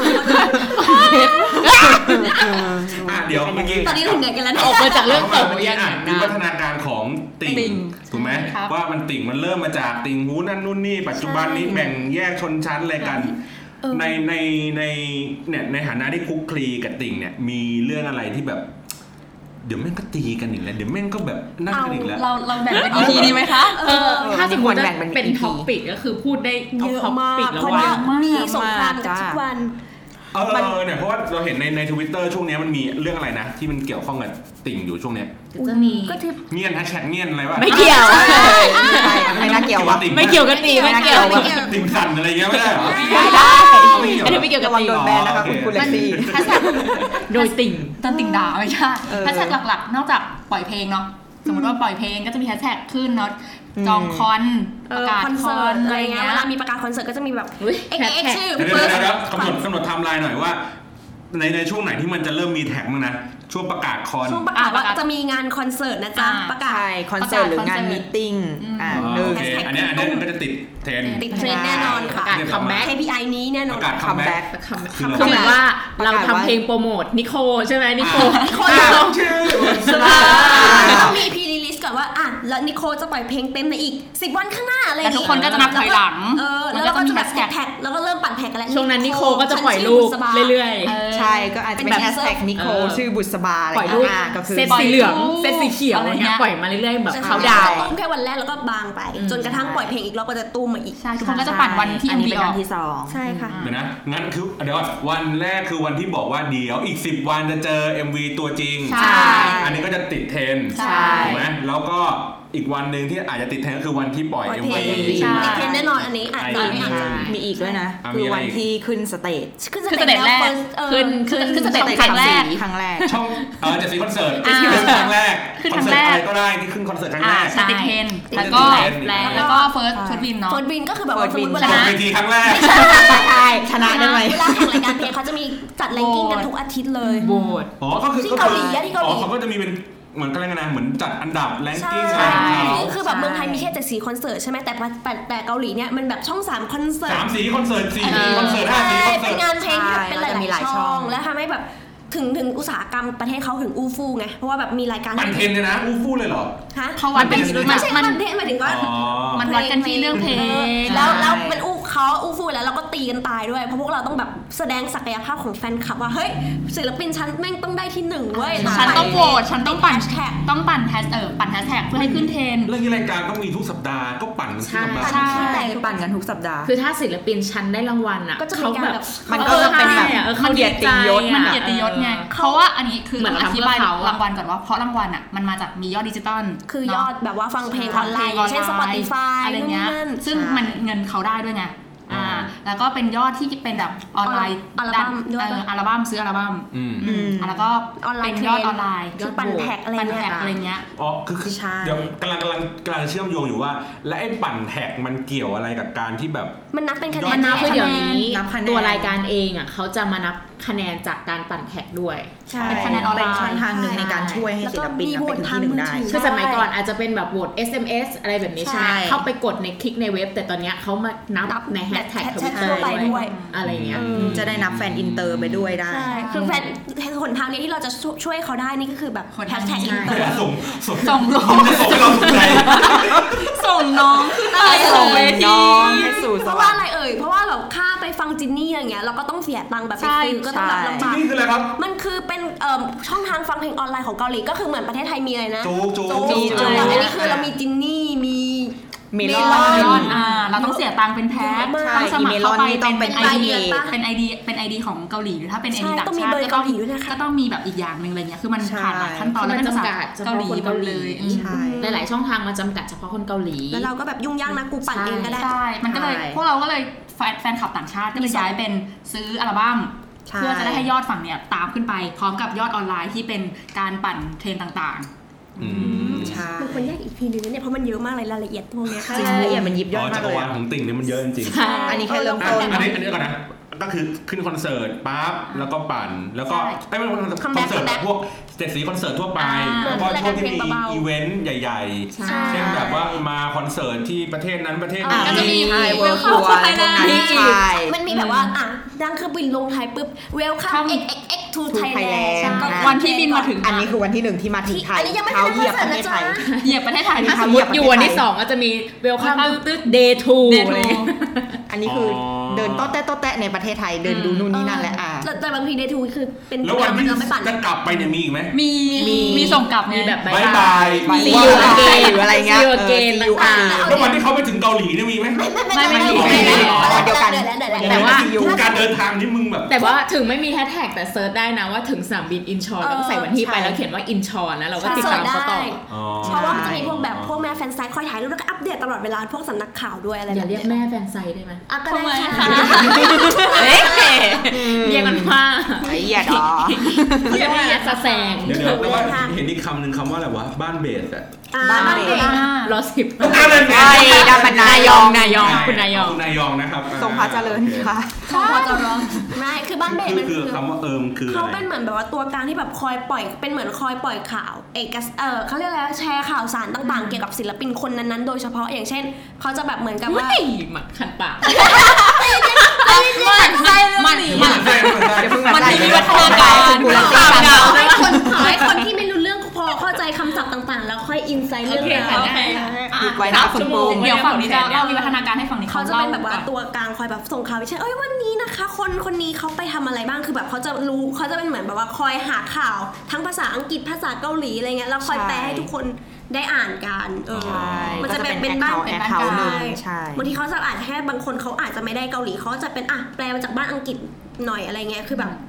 Speaker 2: เดี๋ยวเมื่อกี้
Speaker 4: ตอนนี้ถึงไหนกันแล้ว
Speaker 3: ออกมาจากเรื่อง
Speaker 2: ต่
Speaker 3: เก่า
Speaker 2: เมื่อกี้
Speaker 3: ยัง
Speaker 2: วิวัฒนาการของติ่
Speaker 5: ติ่
Speaker 2: ง
Speaker 5: ง
Speaker 2: ถูกไหม
Speaker 5: ครับ
Speaker 2: ว่ามันติ่งมันเริ่มมาจากติ่งหูนั่นนู่นนี่ปัจจุบันนี้แบ่งแยกชนชั้นอะไรกันในเนี่ยในฐานะที่คุกคลีกับติ่งเนี่ยมีเรื่องอะไรที่แบบเดี๋ยวแม่งก็ตีกันอีกแล้วเดี๋ยวแม่งก็แบบนั่งกันอีกแล้ว
Speaker 5: เราแบ่งเป็น EP ดีไหมคะ
Speaker 3: ถ้าสมมติ
Speaker 1: แบ่งเป็น
Speaker 3: เป็น
Speaker 1: EP
Speaker 3: ท็อปปิกก็คือพูดได้
Speaker 4: เยอะ
Speaker 3: ท็อป
Speaker 4: มาก
Speaker 3: ปิกแล้ว
Speaker 4: เพราะ
Speaker 3: ว่า
Speaker 4: ว่ามีสงครามกันทุกวัน
Speaker 2: เนี่ยเพราะว่าเราเห็นใน Twitter ช่วงนี้มันมีเรื่องอะไรนะที่มันเกี่ยวข้องกับติ่งอยู่ช่วงเนี้ย
Speaker 3: จะมี
Speaker 4: ก็ที่
Speaker 2: เงียนแฮชแท็กเงียนอะไรวะ
Speaker 3: ไม่เกี่ยว
Speaker 1: ไม่น่าเกี่ยววะ
Speaker 3: ไม่เกี่ยวกับตีไม่เกี่ยว
Speaker 2: ติ่งสั่นอะไรเงี้ยไม่ได้เหรอ
Speaker 1: ได้
Speaker 3: อันนี้ไม่เกี่ยวกับ
Speaker 1: ระวัง
Speaker 3: ตี
Speaker 1: โดนแบนนะคะคุณเล็กซี่
Speaker 5: แฮชแท็ก
Speaker 3: โดยติ่ง
Speaker 5: ตอนติ่งด่าไม่ใช่
Speaker 1: เออ
Speaker 5: แฮชแท็กหลักๆ นอกจากปล่อยเพลงเนาะสมมติว่าปล่อยเพลงก็จะมีแฮชแท็กขึ้นเนาะจองคอนประกาศ
Speaker 4: คอน
Speaker 5: ค
Speaker 4: เสิ
Speaker 5: อ
Speaker 4: ร์ต
Speaker 5: น
Speaker 4: อะ
Speaker 5: อะไร ไร
Speaker 4: เงี้
Speaker 5: เงี้
Speaker 4: ย
Speaker 5: ย
Speaker 4: เวลามีประกาศคอนเสิร์ตก็จะมีแบบ
Speaker 3: อุ๊ย
Speaker 4: เอ็กชื่อ
Speaker 2: เดี๋ยวกำหนดไทม์ไลน์หน่อยว่าในช่วงไหนที่มันจะเริ่มมีแท็กมั้งนะช่วงประกาศคอน
Speaker 4: ช่วงประกาศว่าจะมีงานคอนเสิร์ตนะจ๊ะประกาศ
Speaker 1: ใช่คอนเสิร์ตหรืองานมีตติ้ง
Speaker 2: โอเคอันนี้ก็จะติดเทรนด์
Speaker 4: ติดเทรนด์แน่นอนค่ะ
Speaker 3: ประกาศคัมแบ็ก
Speaker 4: KPI นี้แน่น
Speaker 2: ป
Speaker 4: อน
Speaker 2: ระกาศคัมแบ็ก
Speaker 3: คือเหมือนว่าเราทำเพลงโปรโมทนิโคใช่ไหมนิโค
Speaker 2: ชื่อ
Speaker 4: ต้องมี EP release ก่อนว่าแล้วนิโคจะปล่อยเพลงเต็มในอีก10 วันข้างหน้าอะไรอย่าง
Speaker 5: แล้วทุ
Speaker 4: งี้
Speaker 5: กคนก็จะนับถอยหลัง
Speaker 4: แล้วเราก็จะแบบแท็กแล้วก็เริ่มปั่นแท็กกันแล้ว
Speaker 3: ช่วงนั้นนิโคก็จะปล่อยรูปเรื่อย
Speaker 1: ใช่ก็อาจจะเป็นแฮชแท็กนิโคชื่อบุษบาอะไร
Speaker 3: ปล่อยรูป
Speaker 1: ก็คือ
Speaker 3: เซตสีเหลืองเซตสีเขียวอะไรเงี้ยปล่อยมาเรื่อยๆแบบเขาดาว
Speaker 4: ตุ้มแค่วันแรกแล้วก็บางไป จนกระทั่งปล่อยเพลงอีกรอบก็จะตุ้มมาอีก
Speaker 5: ใช่ทุกคนก็จะปั่นวันที่
Speaker 1: อันนี้
Speaker 5: MV
Speaker 1: เป็น
Speaker 5: อ
Speaker 1: วั
Speaker 5: อน ก
Speaker 1: ที่สอง
Speaker 4: ใช่ค่ะ
Speaker 2: เดี๋ยวนะงั้นคือเดี๋ยววันแรกคือวันที่บอกว่าเดี๋ยวอีก10 วันจะเจอ MV ตัวจริง
Speaker 5: ใช่
Speaker 2: อันนี้ก็จะติดเทรนด์
Speaker 5: ใช่
Speaker 2: ถูกไหมแล้วก็อีกวันนึงที่อาจจะติดเทรนด์ก็คือวันที่ปล่อย MV
Speaker 4: ใช่ติดเทรนด์แน่นอนอันนี้
Speaker 1: มีอีกด้วยนะคือวันที่ขึ้นสเตจ
Speaker 5: ขึ้นสเตจแรกขึ้นสเตจครั้งแรก
Speaker 2: ช่อง7สีคอนเสิร์ตครั้งแรกคอนเสิร์ตอะไรก็ได้ที่ขึ้นคอนเสิร์ตครั้งแรก
Speaker 5: ติดเทรนด์แล้วก็เฟิร์สวินเนาะ
Speaker 4: เฟิร์สวินก็คือแบบว่าสมมติเว
Speaker 2: ลาเวทีครั้งแรก
Speaker 1: ใช่ชนะได้ไหม
Speaker 4: เวลาแข่งรายการเพลงเขาจะมีจัดแรงกิ้งกันทุกอาทิตย์เลย
Speaker 1: โหวต
Speaker 2: ก็คือ
Speaker 4: ที่เกาหลี
Speaker 2: เขาก็จะมีเป็นเหมือนกันอะไรกันนะเหมือนจัดอันดับแรงกิ้ง
Speaker 4: คือแบบเมืองไทยมีแค่7 คอนเสิร์ตใช่ไหมแต่เกาหลีเนี่ยมันแบบช่อง3คอนเสิร์ต
Speaker 2: 3 สีคอนเสิร์ต4 สีคอนเสิร์ต5 สีคอนเสิร์ต
Speaker 4: เป็นงานเพลงที่เป็นหลายช่องและทำให้แบบถึงอุตสาหกรรมประเทศเขาถึงอู้ฟู่ไงเพราะว่าแบบมีรายการ
Speaker 2: ปั่นเทรนเลยนะอู้ฟู่เลยเหรอ
Speaker 4: ฮะ
Speaker 5: เขาวัดเป็น
Speaker 4: ไม่ใช่ปั่นเทรนหมายถึงว่า
Speaker 5: มันวัดกันที่เรื่องเพลง
Speaker 4: แล้วเป็นเขาอู้ฟู่แล้วเราก็ตีกันตายด้วยเพราะพวกเราต้องแบบแสดงศักยภาพของแฟนคลับว่าเฮ้ยศิลปินฉันแม่งต้องได้ที่1เว้ย
Speaker 5: ฉันต้องโหวตฉันต้องปั่นแท็กต้องปั่นแฮชแท็กเพื่อให้ขึ้นเทรน
Speaker 2: เรื่องนี้รายการก็มีทุกสัปดาห์ก็ปั่นทุกสัปดาห์
Speaker 1: ใช่ปั่นกันทุกสัปดาห์
Speaker 3: คือถ้าศิลปินฉันได้รางวัลอ่ะ
Speaker 4: เขาแบบ
Speaker 1: มันก็จะเป็นแบบ
Speaker 5: มันเกียรติยศไงเพราะว่าอันนี้คือต้องอธิบายรางวัลก่อนว่าเพราะรางวัลอ่ะมันมาจากมียอดดิจิตอล
Speaker 4: คือยอดแบบว่าฟังเพลงออนไลน์เช่น Spotify
Speaker 5: อะไรเงี้ยซึ่งมันเงินเขาได้ด้วยไงแล้วก็เป็นยอดที่เป็นแบบออนไลน์
Speaker 4: อัลบั้มด้วย
Speaker 5: อัลบั้มซื้ออัลบั้มแล้วก็เป็นยอดออนไลน์
Speaker 4: ยอดปั่นแท็กอะไร
Speaker 5: เงี้ย
Speaker 2: คือเดี๋ยวกำลังเชื่อมโยงอยู่ว่าและไอ้ปั่นแท็กมันเกี่ยวอะไรกับการที่แบบ
Speaker 4: มันนับเป็นคะแนน
Speaker 3: คือเดี๋ยวนี้ตัวรายการเองอ่ะเขาจะมานับคะแนนจากการปั่นแท็กด้วย
Speaker 5: เป็นคะแนนออนไลน์
Speaker 1: ช่องทางนึงในการช่วยให้ศิลปินเป็นที่1ได้
Speaker 3: คือสมัยก่อนอาจจะเป็นแบบโหวต SMS อะไรแบบนี้ใช่ไหมเข้าไปกดในคลิกในเว็บแต่ตอนนี้เขามานับในแฮชแท็ก
Speaker 4: ด้วย
Speaker 3: อะไรเงี้ย
Speaker 1: จะได้นับแฟนอินเตอร์ไปด้วยได้
Speaker 4: ใช่คือแฟนหนทางนี้ที่เราจะช่วยเขาได้นี่ก็คือแบบแฮชแท็กอินเตอร์
Speaker 5: ส่งน้องขึ้นไปสู่เวที
Speaker 4: เพราะว่าอะไรเพราะว่าเราค่าไปฟังจินนี่อย่างเงี้ยเราก็ต้องเสียตังค์แบบไปซื้อก็ต้องแบบลำบาก
Speaker 2: นี่คืออะไรครับ
Speaker 4: มันคือเป็นช่องทางฟังเพลงออนไลน์ของเกาหลีก็คือเหมือนประเทศไทยมีอะไรนะ
Speaker 2: จู
Speaker 4: อันนี้คือเรามีจินนี่มี
Speaker 1: เมลอน
Speaker 5: เราต้องเสียตังค์เป็นแพ็คต้องสมัครเข้าไปเป็น ID ของเกาหลีหรือถ้าเป็น ID ต่างชาติก็ต้องมีแบบอีกอย่างนึงอะไรเงี้ยคือมันผ่านหลายขั้นตอนแล้วเป็นภาษาเกาหลีหมดเลย
Speaker 3: หลายๆช่องทางมาจำกัดเฉพาะคนเกาหลี
Speaker 4: แล้วเราก็แบบยุ่งยากนะกูปั่นเองก็ได้
Speaker 5: ใช่มันก็เลยพวกเราก็เลยแฟนคลับต่างชาติก็เลยย้ายเป็นซื้ออัลบั้มเพื่อจะได้ให้ยอดฝั่งเนี้ยตามขึ้นไปพร้อมกับยอดออนไลน์ที่เป็นการปั่นเทรนต่าง
Speaker 4: ใช่มันควรแยกอีกทีนึงเนี่ยเพราะมันเยอะมากเลยรายละเอียดพวกนี้
Speaker 1: รายละเอียดมันยิบย่อยมากเลย
Speaker 2: จักรวาลของติ่งเนี่ยมันเยอะจริง
Speaker 1: ๆอันนี้แค่เริ่มต้น
Speaker 2: อันนี้ก่อนนะก็คือขึ้นคอนเสิร์ตปั๊บแล้วก็ปั่นแล้วก็ไม่เป็นคอนเสิร์ตพวก7 สีคอนเสิร์ตทั่วไปแล้วก็ช่วงที่มีอีเวนต์ใหญ่ๆเช่นแบบว่ามาคอนเสิร์ตที่ประเทศนั้นประเทศนี้
Speaker 5: ก็จะมี
Speaker 1: เวิลด์ทัวร์
Speaker 4: มันมีแบบว่าดังเครื่องบินลงไทยปุ๊บ Welcome XXX to Thailand
Speaker 5: วันที่บินมาถึง
Speaker 1: อันนี้คือวันที่1ที่มาถึงไทย
Speaker 4: เขาเหยียบประเทศไทย
Speaker 3: ถ้าสมมติอยู่วันที่2ก็จะมี Welcome to Day 2อะไร
Speaker 1: อันนี้คือเดินโต๊ะแตะในประเทศไทยเดินดูนู่นนี่นั่นแหละ
Speaker 4: แต่บางที Day 2คือเป็น
Speaker 2: แล้ววันที่จะกลับไปเนี่ยมีอีกไหม
Speaker 5: มีส่งกลับ
Speaker 3: มีแบบ
Speaker 2: บายบาย
Speaker 1: ซีอูอเกนหรืออะไรเงี้ย
Speaker 2: แล้ววันที่เขาไปถึงเกาหลีเนี่ยมีไหม
Speaker 5: ไม่มี
Speaker 1: เดียวกัน
Speaker 3: แต่ว่า
Speaker 2: การเดินทางที่มึงแบบ
Speaker 3: แต่ว่าถึงไม่มีแฮชแท็กแต่เซิร์ชได้นะว่าถึงสนามบินอินชอนแล้วก็ใส่วันที่ไปแล้วเขียนว่าอินชอนนะเราก็ติดตามเขาต่อ
Speaker 4: เพราะว่ามันจะมีพวกแบบพวกแม่แฟนไซต์คอยถ่ายรูปแล้วก็อัปเดตตลอดเวลาพวกสำนักข่าวด้วยอะไร
Speaker 3: อย่าเรียกแม่แฟนไซต์ได้ไหม
Speaker 4: ก็ได้ค่ะ
Speaker 3: เรียกมันว่า
Speaker 1: ไอ้หยาดอ
Speaker 3: เรียกว่าแสง
Speaker 2: เดี๋ยวแล้วว่าเห็นอีกคำหนึ่งคำว่าอะไรวะบ้านเบสอะ
Speaker 4: บ้านเบส
Speaker 3: รอ10
Speaker 1: ได้เป็นนายอง
Speaker 3: คุณนาย
Speaker 2: องนะครับ
Speaker 1: ทรงพระเจริญค่ะ
Speaker 4: ทรงพระเจริญไม่คือบ้านเบสมัน
Speaker 2: คือคำว่าคือ
Speaker 4: เขาเป็นเหมือนแบบว่าตัวกลางที่แบบคอยปล่อยเป็นเหมือนคอยปล่อยข่าวเขาเรียกอะไรแชร์ข่าวสารต่างๆเกี่ยวกับศิลปินคนนั้นๆโดยเฉพาะอย่างเช่นเขาจะแบบเหมือนกับว่า
Speaker 3: หมัดขันปาก
Speaker 5: มันมีวัฒนาการ
Speaker 4: ให้คนที่ไม่รู้เรื่องพอเข้าใจคำศัพท์ต่างๆแล้วค่อยอินไซต์เรื่องราว
Speaker 1: ไว้นะคุณปู
Speaker 5: เดี๋ยวฝั่งนี้จะเล่าวิวัฒนาการให้ฝั่งนี้
Speaker 4: เขาจะเป็นแบบว่าตัวกลางคอยแบบส่งข่าวไปเช่นวันนี้นะคะคนนี้เขาไปทำอะไรบ้างคือแบบเขาจะรู้เขาจะเป็นเหมือนแบบว่าคอยหาข่าวทั้งภาษาอังกฤษภาษาเกาหลีอะไรเงี้ยแล้วคอยแปลให้ทุกคนได้อ่านกันมันจะเป็นบ้าน
Speaker 1: เป็นบ้าน
Speaker 4: บางทีเขาจะอ่านแค่บางคนเขาอาจจะไม่ได้เกาหลีเขาจะเป็นแปลมาจากบ้านอังกฤษหน่อยอะไรเงี้ยคือแบบ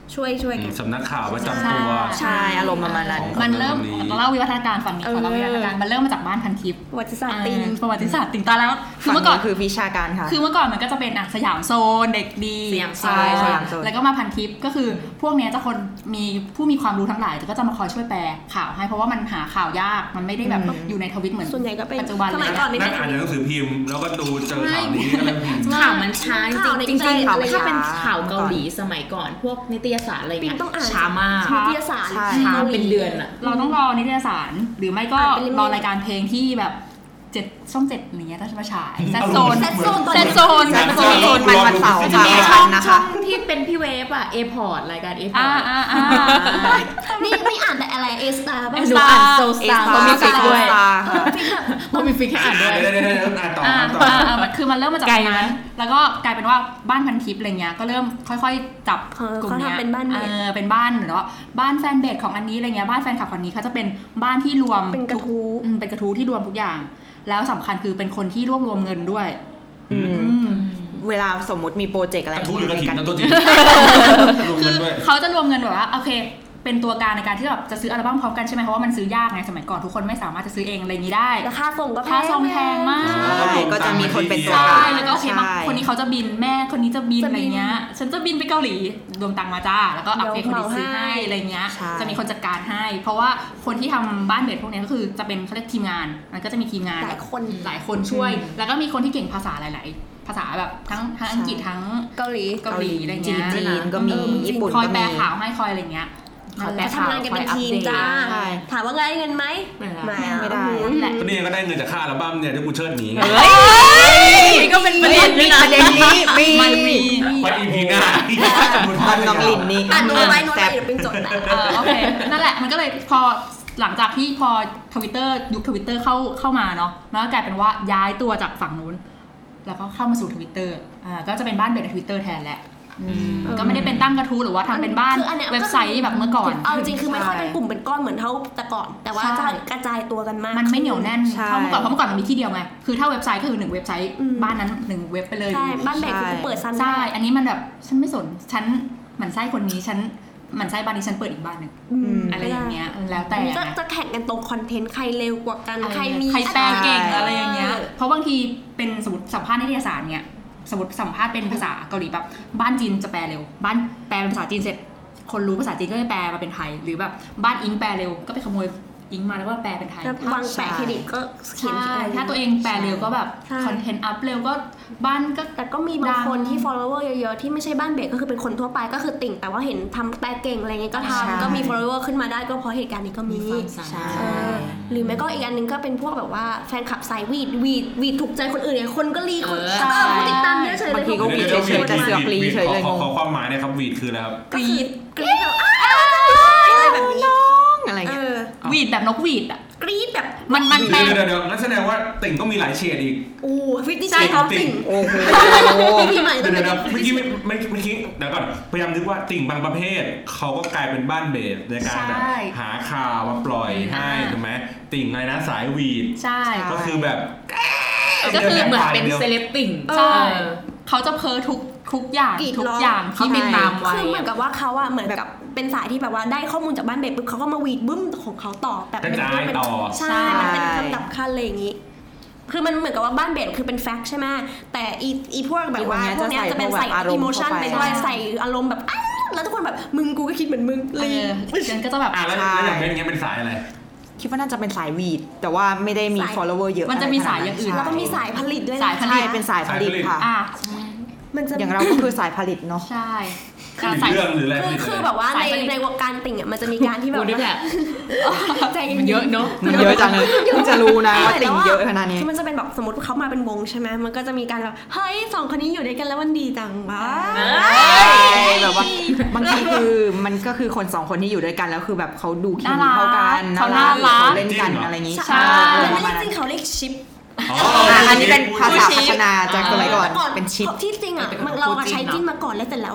Speaker 4: ช่วยกัน
Speaker 2: สำนักข่าวประจำตัว
Speaker 1: ใช่อารมณ์ประมาณนั้น
Speaker 5: มันเริ่มเล่าวิวัฒนาการฝั่งนี้ขอเล่าวิวัฒนาการมันเริ่มมาจากบ้านพันทิพย์
Speaker 4: ประวัติศาสตร์ติ่ง
Speaker 5: ประวัติศาสตร์ติ่งตาแล้วคือ
Speaker 1: ฝั่ง
Speaker 5: เมื่อก่อน
Speaker 1: นี้คือวิชาการค่ะ
Speaker 5: คือเมื่อก่อนมันก็จะเป็นสยามโซนเด็กดี
Speaker 3: สยามโซน
Speaker 5: ใช่
Speaker 1: สยามโซน
Speaker 5: แล้วก็มาพันทิปก็คือพวกเนี้ยจะคนมีผู้มีความรู้ทั้งหลายก็จะมาคอยช่วยแปลข่าวให้เพราะว่ามันหาข่าวยากมันไม่ได้แบบอยู่ในทวิตเหมือน
Speaker 4: ส่วนใหญ่ก็เป็น
Speaker 5: ปัจจุบัน
Speaker 4: สมัยก่อนนี่
Speaker 2: นั่งอ่านหนังสือพิมพ์แล้วก็ดูเจอข่าวนี้ก็เลยพิมพ์
Speaker 3: ข่าวมันช้าจริงๆ
Speaker 4: ข่าวใน
Speaker 3: ถ้าเป็น
Speaker 1: ช้า
Speaker 3: ข่าวเกาหลีสมัยก่อนพวกนิตยสารอะไร
Speaker 4: ปิ่
Speaker 3: เงี้
Speaker 4: ง
Speaker 3: ย
Speaker 4: ต้องอ่าน
Speaker 3: ช้ามาก
Speaker 4: นิตยสาร
Speaker 1: ใช่
Speaker 3: ช้าเป็นเดือนอะ
Speaker 5: เราต้องรอนิตยสารหรือไม่ก็
Speaker 4: อ่านเป็นเล่มๆ
Speaker 5: รอรายการเพลงที่แบบช่อง7อย่างเงี้ยถ้าจะมาฉายแซดโซน
Speaker 4: แซดโซนตอน
Speaker 5: แซ
Speaker 4: นี้
Speaker 5: ดโซน
Speaker 1: แซดโซนวันเสาร์
Speaker 3: จะ
Speaker 1: ค่ะ
Speaker 3: มี
Speaker 1: วัน
Speaker 3: ช่
Speaker 1: จั
Speaker 3: อน ง
Speaker 1: ทร์นะ
Speaker 3: ช่อ
Speaker 1: คะ
Speaker 3: งที่เป็นพี่เวฟอะเอพอร์ตรายการเอพอ
Speaker 5: อ่า
Speaker 3: ร์ต
Speaker 4: นี่อ่านแต่อะไรเอสตาร์ป่ะ
Speaker 3: หนูอ่านโซส
Speaker 1: เอ
Speaker 3: ตา
Speaker 1: ส
Speaker 3: ร์
Speaker 1: ตา
Speaker 3: เขามีฟิกด้วย
Speaker 4: ฟิกแบบ
Speaker 3: เขามีฟิกให้อ่านด้วย
Speaker 2: เดี๋ยวอ่านต่อ
Speaker 5: มันคือมันเริ่มมาจาก
Speaker 3: ไกล
Speaker 5: ตรง
Speaker 3: ไหม
Speaker 5: นั้นแล้วก็กลายเป็นว่าบ้านพันทิปอะไรเงี้ยก็เริ่มค่อยๆจับกลุ่มเนี้ย
Speaker 4: เขาทำเป็นบ้านเบส
Speaker 5: เป็นบ้านหรือว่าบ้านแฟนเบสของอันนี้อะไรเงี้ยบ้านแฟนคลับคนนี้เขาจะเป็นบ้านที่รวม
Speaker 4: เป็นกระทู้
Speaker 5: เป็นกระทู้ที่รวมทุกอย่าง แล้วสำคัญคือเป็นคนที่รวบรวมเงินด้วย
Speaker 1: เวลาสมมุติมีโปรเจกต์อะไร
Speaker 2: กระทู้หรือกระถิ่นนะตัวจริงรวม
Speaker 5: คื
Speaker 2: เงิ
Speaker 5: อน
Speaker 2: ด้วย
Speaker 5: เขาจะรวมเงินแบบว่าโอเคเป็นตัวกลางในการที่แบบจะซื้ออัลบั้มพร้อมกันใช่ไหมเพราะว่ามันซื้อยากไงสมัยก่อนทุกคนไม่สามารถจะซื้อเองอะไรอย่างนี้ได้
Speaker 4: ราคาส่งก็
Speaker 5: ค่าซองแพงมาก
Speaker 1: ใช่ก็จะมีคนเป็นตัว
Speaker 5: ใช่
Speaker 1: กลาง
Speaker 5: แล้วก็โอเคมา
Speaker 1: ใช่
Speaker 5: คนนี้เขาจะบินแม่คนนี้จะบินอะไรเงี้ยฉันจะบินไปเกาหลีรวมตังค์มาจ้าแล้วก็โอเคคนนี้ซื้อให้อะไรเงี้ย
Speaker 1: ใช่
Speaker 5: จะมีคนจัดการให้ เพราะว่าคนที่ทำบ้านเบสพวกนี้ก็คือจะเป็นเขาเรียกทีมงานมันก็จะมีทีมงาน
Speaker 4: หลายคน
Speaker 5: หลายคนช่วย แล้วก็มีคนที่เก่งภาษาหลาย ๆ ภาษาแบบทั้งอังกฤษทั้ง
Speaker 4: เกาหลี
Speaker 5: เกาหลีอะไร
Speaker 1: จี
Speaker 5: เงี้ย
Speaker 1: นก็มีญี่ปุ่น
Speaker 5: คอย
Speaker 1: ก็
Speaker 5: แปล
Speaker 1: มี
Speaker 5: ข่าวให้คอยอะไรเงี้ยนั่นแหละ
Speaker 4: ทำงานกันเป็นทีมจ้า
Speaker 1: ใช่
Speaker 4: ถามว่าไงเงินไหม
Speaker 1: ไม่ได้
Speaker 5: นั่นแหละ
Speaker 2: ก็นี่ก็ได้เงินจากค่าอัลบั้มเนี่ยที่กูเชิดหนีไง
Speaker 3: ก็เป็นประเด็นด้วยนะ
Speaker 1: ประเด็นนี้มี
Speaker 5: มันมี
Speaker 2: ไปอีพีหน้า
Speaker 1: มันน้องลินนี่
Speaker 4: อ่านโน้ตไว้โน้ต
Speaker 1: แซ่
Speaker 4: ไว้
Speaker 1: บ
Speaker 4: เดี๋ยวเป็นจดนะ
Speaker 5: โอเคนั่นแหละมันก็เลยพอหลังจากที่พอTwitterยุค Twitter เข้ามาเนาะแล้วก็กลายเป็นว่าย้ายตัวจากฝั่งนู้นแล้วก็เข้ามาสู่ Twitter ก็จะเป็นบ้านเบสใน Twitter แทนแหละก็ไม่ได้เป็นตั้งกระทู้หรือว่าทำเป็นบ้าน
Speaker 4: คืออันเนี้ย
Speaker 5: เว็บไซต์แบบเมื่อก่อน
Speaker 4: เอาจริงคือไม่ค่อยเป็นกลุ่มเป็นก้อนเหมือนเท่าแต่ก่อน แต่ว่า
Speaker 5: ใช่
Speaker 4: จะกระจายตัวกันมาก
Speaker 5: มันไม่เหนียวแน่น
Speaker 1: ใช่
Speaker 5: เท่าเมื่อก่อนเพราะเมื่อก่อนมันมีที่เดียวไงคือถ้าเว็บไซต์ก็คือ1เว็บไซต์
Speaker 4: อืม
Speaker 5: บ้านนั้น1เว็บไปเลย
Speaker 4: ใช่บ้านเบสคือกูเปิดซ้ำ
Speaker 5: ใช่อันนี้มันแบบฉันไม่สนฉันหมั่นไส้คนนี้ฉันหมั่นไส้บ้านนี้ฉันเปิดอีกบ้านหนึ่งอะไรอย่างเงี้ยแล้วแต่
Speaker 4: ก็
Speaker 5: ไง
Speaker 4: จะแข่งกันตรงคอนเทนต์ใครเร็วกว่ากันใครมี
Speaker 5: ใครแปลเก่งอะไรอย่างเงี้ย
Speaker 4: เออ
Speaker 5: เพราะบางทีเป็นสมมติสัมภาษณ์นิตยสารเนี่ยสมมติสัมภาษณ์เป็นภาษาเกาหลีแบบบ้านจีนจะแปลเร็วบ้านแปลเป็นภาษาจีนเสร็จ คนรู้ภาษาจีนก็จะแปลมาเป็นไทยหรือแบบบ้านอิงแปลเร็วก็ไปขโมยอิงมาแล้วก็แปลเป็นไทย
Speaker 4: แล้ววางแปะเครดิตก็เขียน
Speaker 5: ใช่
Speaker 4: อะไร
Speaker 5: ถ้าตัวเองแปลเร็วก็แบบ
Speaker 4: ใช่
Speaker 5: คอนเทนต์อัพเร็วก็บ้านก็
Speaker 4: แต่ก็มีบางคนที่ follower เยอะๆที่ไม่ใช่บ้านเบสก็คือเป็นคนทั่วไปก็คือติ่งแต่ว่าเห็นทำแปลเก่งอะไรเงี้ยก็
Speaker 1: ใช่
Speaker 4: ทำก็มี follower ขึ้นมาได้ก็เพราะเหตุการณ์นี้ก็มี
Speaker 1: ใช่
Speaker 4: เออหรือไม่ก็อีกอันนึงก็เป็นพวกแบบว่าแฟนคลับสายวีดถูกใจคนอื่นเนี่ยคนก็รีคนผู้ติดตามเยอะเฉยเลย
Speaker 1: บางทีก็วีดเฉยๆแต่เสือกรีเฉยเลย
Speaker 2: ขอความหมายหนะครับวีดคืออะไรครับ
Speaker 5: กรีด
Speaker 4: กรี๊ดแบบอะไรแบบนี้
Speaker 1: อะไร
Speaker 4: เอ
Speaker 1: เงี้ย
Speaker 4: อ
Speaker 5: วีดแบบนกหวีดอ่ะ
Speaker 4: กรี๊ดแบบ
Speaker 5: มันแปล
Speaker 2: เดี๋ยวงั้นแสดงว่าติ่งก็มีหลายเฉดอีก
Speaker 4: โอ้ฟิตตี้ใช่เขาติ่ง
Speaker 1: โอ้โห
Speaker 4: พี่ใหม่ต้อง
Speaker 2: เดี๋
Speaker 4: เป็
Speaker 2: ยวน เมื่อกี้เดี๋ยวก่อนพยายามนึกว่าติ่งบางประเภทเขาก็กลายเป็นบ้านเบสในการแบบหาข่าวมาปล่อยให้ถูกไหมติ่งอะไรนะสายวีด
Speaker 5: ใช่
Speaker 2: ก็คือแบบ
Speaker 3: ก็คือเหมือนเป็นเซเลบติ่ง
Speaker 5: ใช่เขาจะเพ้อทุกอย่าง
Speaker 4: กรีด
Speaker 5: ทุก
Speaker 4: ร้อง
Speaker 5: อย่างที่ติดตามไว้
Speaker 4: คือเหมือนกับว่าเขาอะเหมือนกับเป็นสายที่แบบว่าได้ข้อมูลจากบ้านเบสปุ๊บเขาก็มาวีดบึ้มของเขาต่อแบบ
Speaker 2: กระจายต่อ
Speaker 4: ใช่มันเป็นลำดับขั้นอะไรอย่างงี้ คือมันเหมือนกับว่าบ้านเบสคือเป็นแฟกต์ใช่ไหมแต่อีพวกแบบว่าพวกเนี้ยจะเป็นใส่อิโมชันไปด้วยใส่อารมณ์แบบอ้าแล้วทุกคนแบบมึงกูก็คิดเหมือนมึงเลย
Speaker 5: ฉันก็จะแบบ
Speaker 2: แล้วอย่างเป็นเป็นสายอะไร
Speaker 1: คิดว่าน่าจะเป็นสายวีดแต่ว่าไม่ได้มี follower เยอะ
Speaker 5: มันจะมีสายอย่างอื่น
Speaker 4: แล้วก็มีสายผลิตด้วยนะ
Speaker 5: สายผลิ
Speaker 1: ใช่
Speaker 5: ต
Speaker 1: เป็นสายผลิตค่ะ
Speaker 4: มันจะ
Speaker 1: อย่างเราก็คือสายผลิตเนาะ
Speaker 5: ใช่
Speaker 2: ผลิตเรื่องหรืออะไรผลิต
Speaker 4: คือแบบว่าในวงการติ่งอ่ะมันจะมีการที่แบบ
Speaker 3: กูนี่แหละ
Speaker 4: ใจเย็
Speaker 3: มันเยอะเนอะ
Speaker 1: มันเยอะจังเลยเพิ่งจะรู้นะว่าติ่งเยอะขนาดนี้
Speaker 4: คือมันจะเป็นแบบสมมติเขามาเป็นวงใช่ไหมมันก็จะมีการแบบเฮ้ยสองคนนี้อยู่ด้วยกันแล้วมันดีจังวะ
Speaker 1: แบบว่าบางทีคือมันก็คือคนสองคนที่อยู่ด้วยกันแล้วคือแบบเขาดูเคมีเข้ากัน
Speaker 5: เขาน่ารัก
Speaker 1: เขาเล่นกันอะไรอย่างงี้
Speaker 4: ใช่
Speaker 1: ป
Speaker 4: ไม่
Speaker 1: ระมาณ
Speaker 4: ได้
Speaker 1: นั้
Speaker 4: จริ
Speaker 1: น
Speaker 4: งเขาเรียกชิป
Speaker 1: อันนี้เป็นภาษาพัฒนาจากสมัยก่อนเป็นชิป
Speaker 4: ที่จริงอ่ะเราอะใช้จิ้นมาก่อนแล้วเสร็จแล้วอ่ะ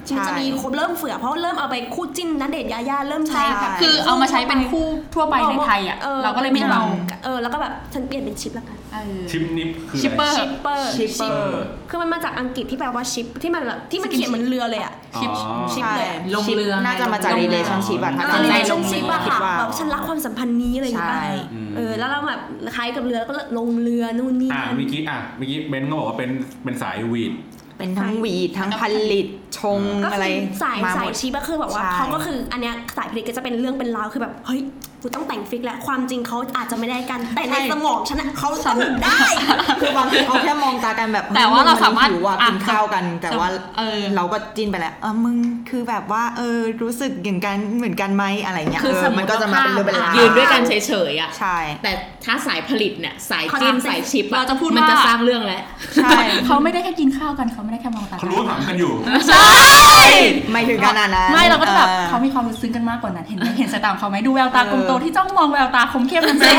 Speaker 4: มันจะมีเริ่มเฟื่อเพราะเริ่มเอาไปคู่จิ้นณเดชน์ยาย่าเริ่มใช้แบบ
Speaker 5: คือเอามาใช้เป็นคู่ทั่วไปในไทยอ่ะเราก็เลยไม่เอา
Speaker 4: แล้วก็แบบฉันเปลี่ยนเป็นชิปแล้วกัน
Speaker 2: ชิปนิปคือ
Speaker 5: ชิปเปอร์
Speaker 4: คือมันมาจากอังกฤษที่แปลว่าชิปที่มันแบบที่มันเขียนเหมือนเรือเลยอ่ะชิปเลย
Speaker 3: ลงเรือ
Speaker 1: น่าจะมาจาก relationship อ่ะ
Speaker 4: ถ้าrelationship อ่ะค่ะแบบฉันรักความสัมพันธ์นี้อะไรอย่างเงี้ยแล้วเราแบบคล้ายกับเรือแล้วก็ลงเรือนู่นนี่
Speaker 2: เมื่อกี้เบนก็บอกว่าเป็นสายวีด
Speaker 1: เป็นทั้งวีดทั้งผลิตชงอะไร
Speaker 4: สายชีก็คือแบบว่าเขาก็คืออันเนี้ยสายผลิตก็จะเป็นเรื่องเป็นราวคือแบบเฮ้ยกูต้องแต่งฟิกแล้วความจริงเขาอาจจะไม่ได้กันแต่ในสมองฉันเขาทำได้
Speaker 1: คือบางทีเขาแค่มองตากันแบบ
Speaker 5: แต่ว่าเราสามารถ
Speaker 1: กินข้าวกันแต่ว่าเราก็จิ้นไปแล้วมึงคือแบบว่ารู้สึกอย่างกันเหมือนกันไหมอะไรเงี้ยมันก็จะมาเป็นเรื่องเป็นราว
Speaker 3: ยืนด้วยกันเฉยๆอ่ะ
Speaker 1: ใช่
Speaker 3: แต่ถ้าสายผลิตเนี่ยสายจิ้นสายชิป
Speaker 5: เราจะพูด
Speaker 3: มันจะสร้างเรื่องแล้ว
Speaker 5: ใช่เขาไม่ได้แค่กินข้าวกันเขาไม่ได้แค่มองตา
Speaker 2: เขารู้ว่าถามกันอยู่
Speaker 5: ใช่
Speaker 1: ไม่ถึงขนาดนั้น
Speaker 5: ไม่เราก็แบบเขามีความรู้สึกกันมากกว่านั้นเห็นสายตาเขาไหมดูแววตากลมโตที่จ้องมองแววตาคมเข้มนั่นเอง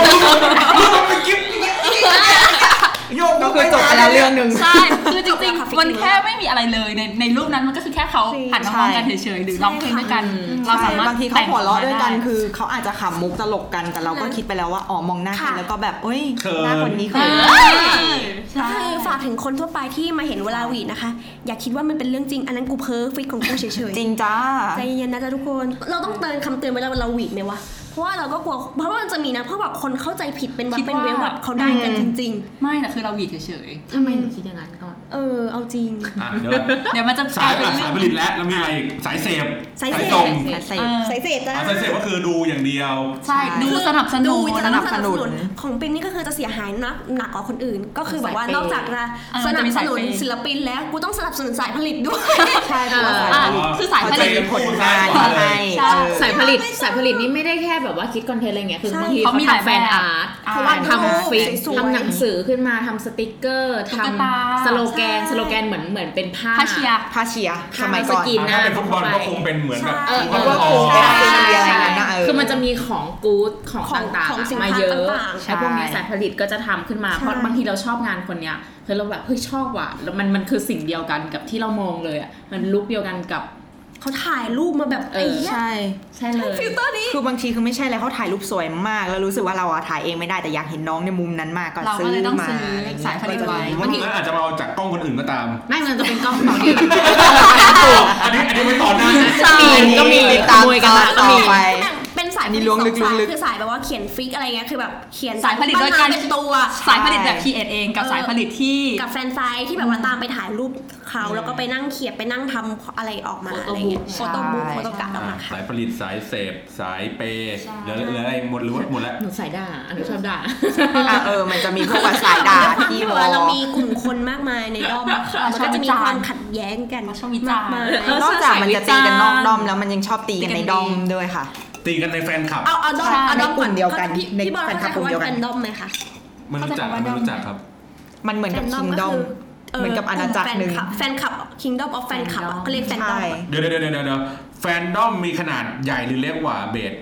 Speaker 1: ก็คือจบไปแล้วเรื่องนึง
Speaker 5: ใช่คือจริงๆมันแค่ไม่มีอะไรเลยในรูปนั้นมันก็คือแค่เขาหันมามองกันเฉยๆหรือร้องเพลงด้วยกันเราสามารถ
Speaker 1: บางทีเขาหัวเราะด้วยกันคือเขาอาจจะขำมุกตลกกันแต่เราก็คิดไปแล้วว่ามองหน้ากันแล้วก็แบบหน้าคนนี้เคย
Speaker 4: ใช่ฝากถึงคนทั่วไปที่มาเห็นเวลาวีดนะคะอย่าคิดว่ามันเป็นเรื่องจริงอันนั้นกูเพ้อฟิกของกูเฉย
Speaker 1: ๆจริงจ้า
Speaker 4: ใจเย็นนะจ๊ะทุกคนเราต้องเตือนคำเตือนเวลาเราวีดไหมวะเพราะว่าเราก็กลัวเพราะว่ามันจะมีนะเพราะแบบคนเข้าใจผิดเป็นว่าเป็นเวลแบบเขาได้กันจริง
Speaker 5: ๆไม่นะคือเราหวีดเฉย
Speaker 3: ๆทำไมถึงคิดอย่างนั้นก่อน
Speaker 4: เอาจริง
Speaker 5: เดี๋ยวมันจะ
Speaker 2: สายผลิตและแล้วมีอะไรสายเสพสายส่ง
Speaker 4: สายเสพจ้ะ
Speaker 2: สายเสพก็คือดูอย่างเดียว
Speaker 5: ใช่ดูสนับสนุน
Speaker 4: ของปินนี่ก็คือจะเสียหายหนักกว่าคนอื่นก็คือแบบว่านอกจากจะสนับสนุนศิลปินแล้วกูต้องสนับสนุนสายผลิตด้วย
Speaker 1: ใช่
Speaker 5: คือสายผลิต
Speaker 1: ผลงาน
Speaker 3: สายผลิตนี่ไม่ได้แค่แบบว่าคิดคอนเทนต์อะไรเงี้ยคือบางทีเขาทำแฟนอาร์ตเพราะว่าทำฟิกทำหนังสือขึ้นมาทำสติกเกอร์ทำสโลแกนเหมือนเป็นผ้าเ
Speaker 1: ชียสมัยก่อน
Speaker 2: ถ้าเป็นฟุตบอลก็คงเป็นเหมือนแบบ
Speaker 3: คือมันจะมีของกู๊ดของต่างๆมาเยอะไอ้พวกนี้สายผลิตก็จะทำขึ้นมาเพราะบางทีเราชอบงานคนเนี้ยคือเราแบบเฮ้ยชอบว่ะแล้วมันคือสิ่งเดียวกันกับที่เรามองเลยอ่ะมันลุคเดียวกันกับ
Speaker 4: เขาถ่ายรูปมาแบบ
Speaker 1: ใช่เลย
Speaker 4: ฟิลเตอร์นี้
Speaker 1: คือบางทีคือไม่ใช่เลยเขาถ่ายรูปสวยมากแล้วรู้สึกว่าเราถ่ายเองไม่ได้แต่อยากเห็นน้องในมุมนั้นมากก็ซื้อมา
Speaker 5: สายผลิตไว้
Speaker 2: บางทีอาจจะมาเอาจากกล้องคนอื่นก็ตาม
Speaker 3: ไม่มันจะเป็นกล้องเขาเนี่ย
Speaker 2: อันนี้ไม่ต่อหน้า
Speaker 3: ก็มี
Speaker 1: ตามกันมาก็มี
Speaker 4: เป็นสาย
Speaker 1: นี่ล้วงลึก
Speaker 4: คือสายแบบว่าเขียนฟิกอะไรเงี้ยคือแบบเขียน
Speaker 5: สายผลิตโดยการเป็นตัวสายผลิตแบบคีเอทเองกับสายผลิตที่
Speaker 4: กับแฟนไซต์ที่แบบว่าตามไปถ่ายรูปเขาแล้วก็ไปนั่งเขียนไปนั่งทำอะไรออกมาอะไรเงี้ยโฟโต้บุ๊กโฟโต้การ์ดออกมาค่ะ
Speaker 2: สายผลิตสายเสพสายเปย์เหลืออะไรหมดหรือว่าหมดแล้ว
Speaker 3: หนูสายด่าอันนี้ชอบด่า
Speaker 1: มันจะมีพวกสายด่าที่
Speaker 4: เรามีกลุ่มคนมากมายในด้อมมันก็จะมีความขัดแย้งกัน
Speaker 5: ชอบวิจารณ์
Speaker 1: นอกจากมันจะตีกันนอกด้อมแล้วมันยังชอบตีกันในด้อมด้วยค่ะ
Speaker 2: ตีกันในแฟนคลับ
Speaker 4: เอาด้อม
Speaker 1: กลุ่มเดียวกัน
Speaker 4: ในแฟนคลับกลุ่มเดียวกันด้อมไหมคะ
Speaker 2: มันรู้จักครับ
Speaker 1: มันเหมือนกับคิงด้อมเหมือนกับอาณาจักรนึง
Speaker 4: แฟนคลับ Kingdom of Fan Club ก็เรียกแฟนด้อม
Speaker 2: เดี๋ยวแฟนด้อมมีขนาดใหญ่หรือเล็กกว่าเบส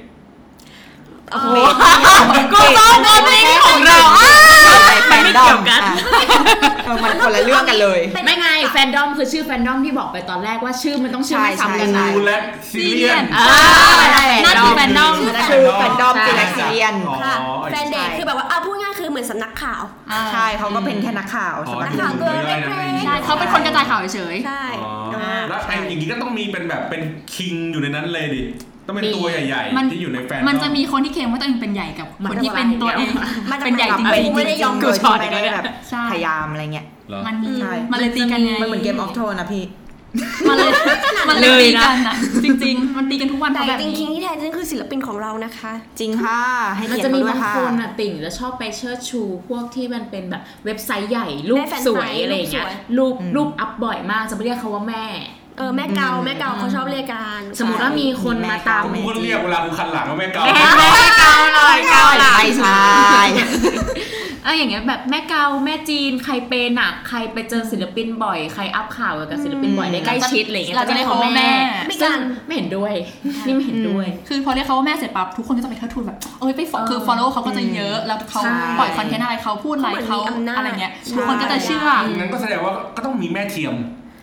Speaker 5: ก็ต้องโอเพนของเรา
Speaker 3: มันไม่เกี่ยวกัน
Speaker 1: มันคนละเรื่องกันเลย
Speaker 3: ไม่ไงแฟนดอมคือชื่อแฟนดอมที่บอกไปตอนแรกว่าชื่อมันต้องชื่อไม่ซ้ำกัน
Speaker 2: นะและซีเรียน
Speaker 5: นั่นคือแฟนดอม
Speaker 1: คือแฟนดอมคือซีเรียน
Speaker 4: แฟนเด็กคือแบบว่าพูดง่ายคือเหมือนสำนักข่าว
Speaker 1: ใช่เขาก็เป็นแค่นักข่าว
Speaker 4: นักข่าวตัวเล็ก
Speaker 5: ๆใช่เขาเป็นคนกระจายข่าวเฉย
Speaker 4: ใช่
Speaker 2: แล้วไอ้อย่างนี้ก็ต้องมีเป็นแบบเป็นคิงอยู่ในนั้นเลยดิต้องเป็นตัวใหญ่ๆที่อยู่ในแฟน
Speaker 5: มันจะมีคนที่เคลมว่าตัวเองเป็นใหญ่กับคนที่เป็นตัวเองเป็นใหญ่จริงๆ
Speaker 1: ไม่ได้ยอมเกิดช็อตอะไรแบบพยายามอะไรเงี้ย
Speaker 5: มันเลยตีกันไง
Speaker 1: มันเหมือนเกมออฟโทนนะพี่
Speaker 5: มันเลยตีกันนะจริงๆมันตีกันทุกวัน
Speaker 4: แต่จริงๆที่แท้จริงคือศิลปินของเรานะคะ
Speaker 1: จริงค่ะให้
Speaker 3: มันจะมีบางคนอ่ะติ่งแล้วชอบไปเชิดชูพวกที่มันเป็นแบบเว็บไซต์ใหญ่รูปสวยอะไรเงี้ยรูปอัพบ่อยมากจะไม่เรียกเขาว่าแม่
Speaker 4: แม่เกาเขาชอบเรียกกัน
Speaker 3: สมมติว่ามีคนมาตาม
Speaker 2: กูก็เรียกเวลากูคันหลังว่าแม่เกา
Speaker 3: หน่อยเกาหลัง
Speaker 1: ไม่ใช่
Speaker 3: อย่างเงี้ยแบบแม่เกาแม่จีนใครเป็นอ่ะใครไปเจอศิลปินบ่อยใครอัพข่าวกับศิลปินบ่อยได้ใกล้ชิดอะไรเงี้ย
Speaker 5: เราจะเรียกเขาว่าแม่
Speaker 3: ไม่เห็นด้วยนี่ไม่เห็นด้วย
Speaker 5: คือพอเรียกเขาว่าแม่เสร็จปั๊บทุกคนก็จะไปเทิดทูนแบบไปคือ follow เขาก็จะเยอะแล้วเขาปล่อยคอนเทนต์อะไรเขาพูดอะไรเขาอะไรเงี้ยทุกคนก็จะเชื่อ
Speaker 2: งั้นก็แสดงว่าก็ต้องมีแม่เทียม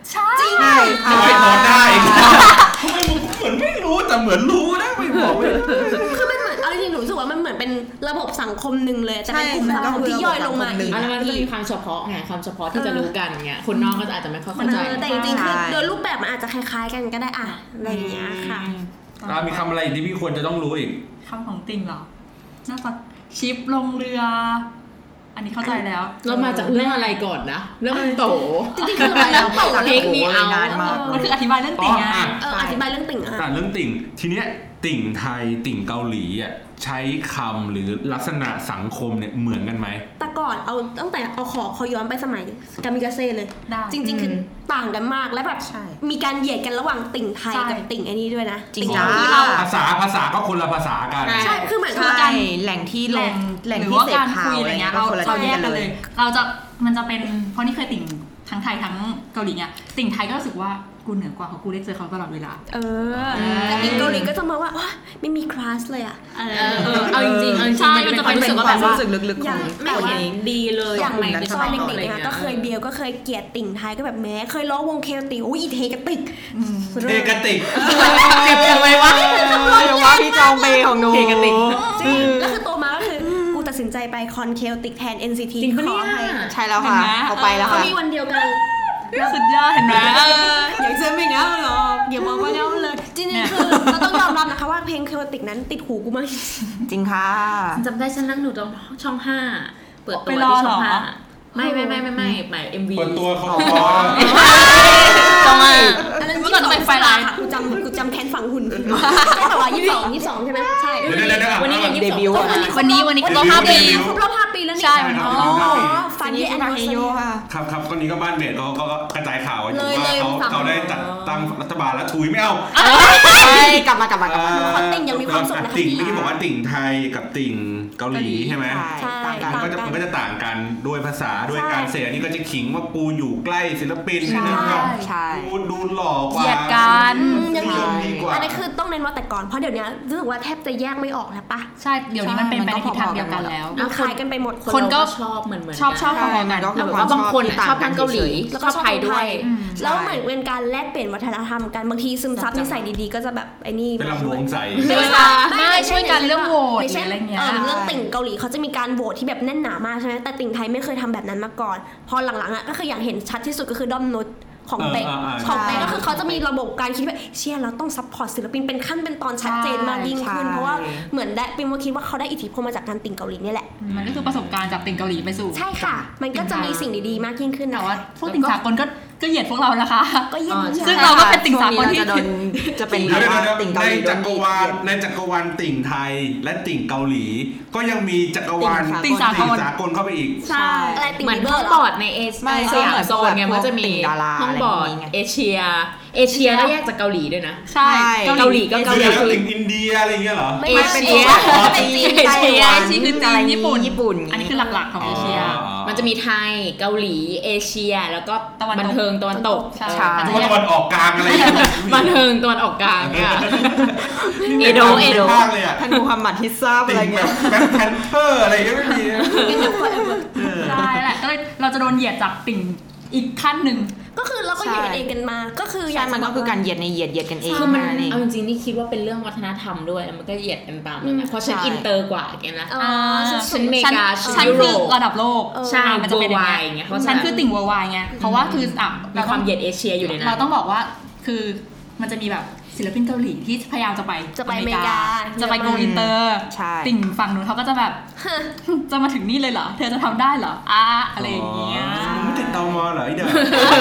Speaker 5: ใช่
Speaker 1: ใช่ค่ะ
Speaker 2: ไม่พอได้ทำไมมึงเหมือนไม่รู้แต่เหมือนรู้นะไม่บอกเลย
Speaker 4: คือมันเหมือนเอาจริงๆหนูรู้สึกว่ามันเหมือนเป็นระบบสังคมหนึ่งเลยแต่เป็นกลุ่มสังคมที่ย่อยลงมาอีก
Speaker 3: แล้วมันก็จะมีความเฉพาะไงความเฉพาะที่จะรู้กันเงี้ยคนนอกก็อาจจะไม่ค่อยเข้าใจ
Speaker 4: แต่จริงๆคือโดยรูปแบบมันอาจจะคล้ายๆกันก็ได้อะอะไรอย่างเงี้ยค่ะ
Speaker 2: มีคำอะไรที่พี่ควรจะต้องรู้อีก
Speaker 5: คำของติ่งเหรอน่าจะชิปลงเรือ อันนี้เข้าใจแล้ว
Speaker 3: เรามาจากเรื่องอะไรก่อนนะเรื่องโต
Speaker 4: จริงๆคืออะไรเราบอก
Speaker 3: เทคนิคเอา
Speaker 1: นานมาก
Speaker 5: มันคืออธิบายเรื่องติ่งไง
Speaker 4: อธิบายเรื่องติ่งอะ
Speaker 2: เรื่องติ่งทีเนี้ยติ่งไทยติ่งเกาหลีอ่ะใช้คำหรือลักษณะสังคมเนี่ยเหมือนกันไหม
Speaker 4: แต่ก่อนเอาตั้งแต่เอาขอย้อนไปสมัยกามิกาเซ่เลย
Speaker 5: ได้
Speaker 4: จริงๆคือต่างกันมากและแบบ
Speaker 1: ใช่
Speaker 4: มีการเหยียดกันระหว่างติ่งไทย
Speaker 5: ใช่
Speaker 4: กับติ่งไอ้นี้ด้วยนะ
Speaker 1: จริง
Speaker 4: ติ่
Speaker 1: จ้า
Speaker 4: ที่เรา
Speaker 2: ภาษาก็คนละภาษากัน
Speaker 4: ใช่คือเหมือน
Speaker 1: ใช่
Speaker 4: กัน
Speaker 1: แหล่งที่ลงแหล่ง
Speaker 5: หรือ
Speaker 1: ที่
Speaker 5: ว่า
Speaker 1: เสพ
Speaker 5: การ
Speaker 1: ข่า
Speaker 5: คุ
Speaker 1: วย
Speaker 5: อะไรเงี้ยเรา
Speaker 1: คนละ
Speaker 5: แย
Speaker 1: ที่
Speaker 5: ก
Speaker 1: กัน
Speaker 5: กัน
Speaker 1: เล
Speaker 5: เลย ยมันจะเป็นเพราะนี่เคยติ่งทั้งไทยทั้งเกาหลีเนี่ยติ่งไทยก็รู้สึกว่ากูเหนือกว่าเขากูได้เจอเขาตลอดเวลา
Speaker 4: แต่ติ่งเกาหลีก็จะมาว่าไม่มีคลาสเลยอะ
Speaker 3: เอาจริงๆ
Speaker 5: ใช่
Speaker 3: มันจะ
Speaker 1: มัน
Speaker 3: รู้
Speaker 1: เป็
Speaker 3: สึ
Speaker 1: น
Speaker 3: กว่า
Speaker 1: ค
Speaker 3: แบ
Speaker 1: วาม
Speaker 3: บว่า
Speaker 1: รู้สึกลึกๆของ
Speaker 3: ไม่เห็นดีเลย
Speaker 4: อย่าง
Speaker 3: ไม่
Speaker 4: ใน
Speaker 3: ได้
Speaker 4: ตอน
Speaker 3: ชอบ
Speaker 4: เด็กๆนะก็เคยเบียวก็เคยเกลียดติ่งไทยก็แบบแม้เคยล้อวงเคลติอุ้ยอีเทกระติก
Speaker 2: เอกติก
Speaker 3: เจ็บจังเลยวะ
Speaker 1: อย่าว่าพี่จองเปของหนู
Speaker 3: เทกระติก
Speaker 4: จริงแล้วคือโตมาก็คือกูตัดสินใจไปคอนเคลติกแทน NCT
Speaker 3: จริงปะ
Speaker 4: ข
Speaker 3: เนี่
Speaker 4: อย ให้
Speaker 1: ใช่แล้วค่ะ
Speaker 5: เห็นไหม
Speaker 1: เขาไปแล้ว
Speaker 4: เขา
Speaker 1: ค่ะ
Speaker 4: มีวันเดียวกัน
Speaker 5: สุดยอดเห็นไหม
Speaker 4: อย่างเซมิงอ่ะหรออย่าบอกว่าแล้วเลยจริงๆคือเราต้องยอมรับนะคะว่าเพลงเคลติกนั้นติดหูกูมาก
Speaker 1: จริงค่ะ
Speaker 3: จำได้ฉันนั่งดูตรงช่อง 5 เปิดตัว
Speaker 5: ไปรอ
Speaker 3: ที่ช่อง
Speaker 5: เหรอ
Speaker 3: 5ไม่หมาย MV
Speaker 2: เปิดตัวเขา
Speaker 3: ช่อง
Speaker 4: อันนั้น
Speaker 5: เมื่อก่อนไปไฟไลน์
Speaker 4: ค่ะกูจำแค้นฝังหุ่นใช่ป่าว22ใช่ไหมใช่
Speaker 2: เดี๋ยว
Speaker 3: วันนี้ยัง
Speaker 1: เดบิวต์อะ
Speaker 5: วันนี้ครบรอบ5 ปี
Speaker 4: ครบรอบ5 ปีแล้วนี่
Speaker 5: ใช่
Speaker 4: อ๋อฟัน
Speaker 1: นี่
Speaker 4: เย
Speaker 1: คือ
Speaker 4: อัน
Speaker 1: นา
Speaker 4: นั้น
Speaker 1: เฮโยค่ะ
Speaker 2: ครับก็นี้ก็บ้านเบสเขาก็กระจายข่าวอยู่
Speaker 4: เลย
Speaker 2: ว่า
Speaker 4: เลย
Speaker 2: เขาได้จัดตั้งรัฐบาลแล้วถุยไม่เอา
Speaker 1: กลับมา
Speaker 4: ขอติ่งยังมีความสุขนะคะ
Speaker 2: ติ่ง
Speaker 4: พี่
Speaker 2: เมื่อกี้บอกว่าติ่งไทยกับติ่งเกาหลีใช่ไหม
Speaker 1: ใช่ต่างกัน
Speaker 2: มันก็จะต่างกันด้วยภาษาด้วยการเสียนี่ก็จะขิงว่ากูอยู่ใกล้ศิลปินนี่ก็
Speaker 1: ใช่
Speaker 2: กูดูหล่อกว่า
Speaker 5: เหยียดกัน
Speaker 4: ยัง
Speaker 2: นิยมดีกว่า
Speaker 4: อันนี้คือต้องเน้นว่าแต่ก่อนเพราะเดี๋ยวนี้รู้สึกว่าแทบจะแยกไม่ออกแล้วปะ
Speaker 5: ใช่เดี๋ยวนี้มันเป็นไปในทิศทางเดียวกันแล้ว
Speaker 4: มันคล้ายกันไปหมด
Speaker 5: คนก็
Speaker 3: ชอบเหมือน
Speaker 5: ชอบ
Speaker 1: ใช่มันก็
Speaker 3: แล้
Speaker 1: คือ
Speaker 3: ว
Speaker 1: ความ
Speaker 3: บางคน
Speaker 1: ที่ต่
Speaker 3: ชอบทั้งเกาหลี
Speaker 1: ฉย
Speaker 3: ชอบไทยด้วย
Speaker 4: แล้วเหมือนเป็นการแลกเปลี่ยนวัฒนธรรมกันบางทีซึมซับนิสัยดีๆก็จะแบบไอ้นี่
Speaker 2: เป็นลำวงใส
Speaker 5: ไม่ช่วยกันเรื่องโหวต
Speaker 4: ในเช่น
Speaker 5: หรืออะไรเงี้ย
Speaker 4: เรื่องติ่งเกาหลีเขาจะมีการโหวตที่แบบแน่นหนามากใช่ไหมแต่ติ่งไทยไม่เคยทำแบบนั้นมาก่อน พอหลังๆอ่ะก็คืออย่างเห็นชัดที่สุดก็คือด้อมนุชของเป๊กของเป๊กก็คือเขาจะมีระบบการคิดแบบเชี่ยเราต้องซัพพอร์ตศิลปินเป็นขั้นเป็นตอนชัดเจนมากยิ่งขึ้นเพราะว่าเหมือนได้ปิมว่าคิดว่าเขาได้อิทธิพลมาจากการติ่งเกาหลีนี่แหละ
Speaker 5: มันก็คือประสบการณ์จากติ่งเกาหลีไปสู่
Speaker 4: ใช่ค่ะ มันก็จะมีสิ่งดีๆมากยิ่งขึ้น
Speaker 5: แต่
Speaker 4: นะ
Speaker 5: ว่า
Speaker 4: คะ
Speaker 5: พวกติ่งสากลก็เหยียดพวกเรานะคะ
Speaker 4: ก็เยี่ยม
Speaker 5: ซึ่งเราก็เป็นติ่งสากลที่
Speaker 1: ช่วงนี้เราจะเป็น
Speaker 2: เดี๋ยว
Speaker 1: แบบว่าติ่งเกาห
Speaker 2: ใน
Speaker 1: ลี
Speaker 2: จักรวาลติ่งไทยและติ่งเกาหลี ก็ยังมีจักรวาล
Speaker 5: ติ่งสากล
Speaker 2: สากลเข้าไปอีก
Speaker 3: ใช่
Speaker 4: อะไรติ่ง
Speaker 3: เหมือน
Speaker 4: บีเบอ
Speaker 3: ห้อ
Speaker 4: ร์
Speaker 3: ง
Speaker 4: เหร
Speaker 3: บ
Speaker 4: อ
Speaker 3: อร์ดในสยามโซนไงมันจะมี
Speaker 1: ติ่งดารา
Speaker 3: ห้องบอร์ด
Speaker 1: อะไรอย่างงี้ไง
Speaker 3: เอเชียก็แยกจากเกาหลีด้วยนะ
Speaker 5: ใช่
Speaker 3: เกาหลีก็
Speaker 2: เกาหลีแล้วติ่งอินเดียอะไรอย่างเงี้ยเหรอ
Speaker 4: ไม่
Speaker 3: เอ
Speaker 4: ไม่
Speaker 3: เชี
Speaker 4: เป็น
Speaker 3: ย
Speaker 4: จีนเป็นจีน
Speaker 1: ไต้หวัน
Speaker 5: นี่คือจีนญี่ปุ่น
Speaker 1: ญี่ปุ่น
Speaker 5: อันนี้คือหลักๆของเอเชีย
Speaker 3: มันจะมีไทยเกาหลีเอเชียแล้วก็
Speaker 5: ตะวันตก
Speaker 3: บันเทิงตะวันตก
Speaker 5: ใช่
Speaker 1: ใช่
Speaker 2: ตะวันออกกลางอะไรอย่างเงี้ย
Speaker 3: บันเทิงตะวันออกกลางอะเอโด
Speaker 2: ภาคเลยอะ
Speaker 1: ท่านมูฮัมหมัดฮิซซาบ
Speaker 2: ติ่
Speaker 1: อะไร
Speaker 2: งแบ
Speaker 1: เงี้ย
Speaker 2: บแบ็คแพนเทอร์อะไรก็ไม่มี
Speaker 5: ใช่แหละก็เลยเราจะโดนเหยียดจากติ่งอีกขั้นหนึ่ง
Speaker 4: ก็คือเราก็เหยียดกันเองกันมาก็คืออ
Speaker 1: ใช่
Speaker 4: ยาก
Speaker 1: มันก็คือการเหยียดในเหยียดกันเอง
Speaker 3: คือมัน
Speaker 1: นั่นเอง
Speaker 3: เอาจริงๆนี่คิดว่าเป็นเรื่องวัฒนธรรมด้วยแล้วมันก็เหยียดกันตามนั้นนะเพราะฉัน
Speaker 1: ใช่
Speaker 3: อินเตอร์กว่าแกนะ
Speaker 4: อ๋อ
Speaker 3: ฉันอเมริกาฉัน
Speaker 5: ฉัน
Speaker 3: ยุโร
Speaker 5: คือ
Speaker 3: ป
Speaker 5: ระดับโลก
Speaker 3: ใช่
Speaker 5: มันจะเป็นอย่าง
Speaker 3: worldwide ไง
Speaker 5: เงี้ย
Speaker 3: เพราะฉะนั้น
Speaker 5: ฉันคือติ่ง worldwide ไงเพราะว่าคือ
Speaker 3: มีความเหยียดเอเชียอยู่ในนั้น
Speaker 5: เราต้องบอกว่าคือมันจะมีแบบศิลปินเกาหลีที่พยายามจะไป
Speaker 4: อเมริกา
Speaker 5: จะไปโกอินเตอร์
Speaker 1: ใช่
Speaker 5: ติ่งฝั่งนู้นเขาก็จะแบบ จะมาถึงนี่เลยเหรอเธอจะทำได้เหรออะไรอย่างเงี้ย
Speaker 2: ไม่ติดตมเหรอไอ้เด็ก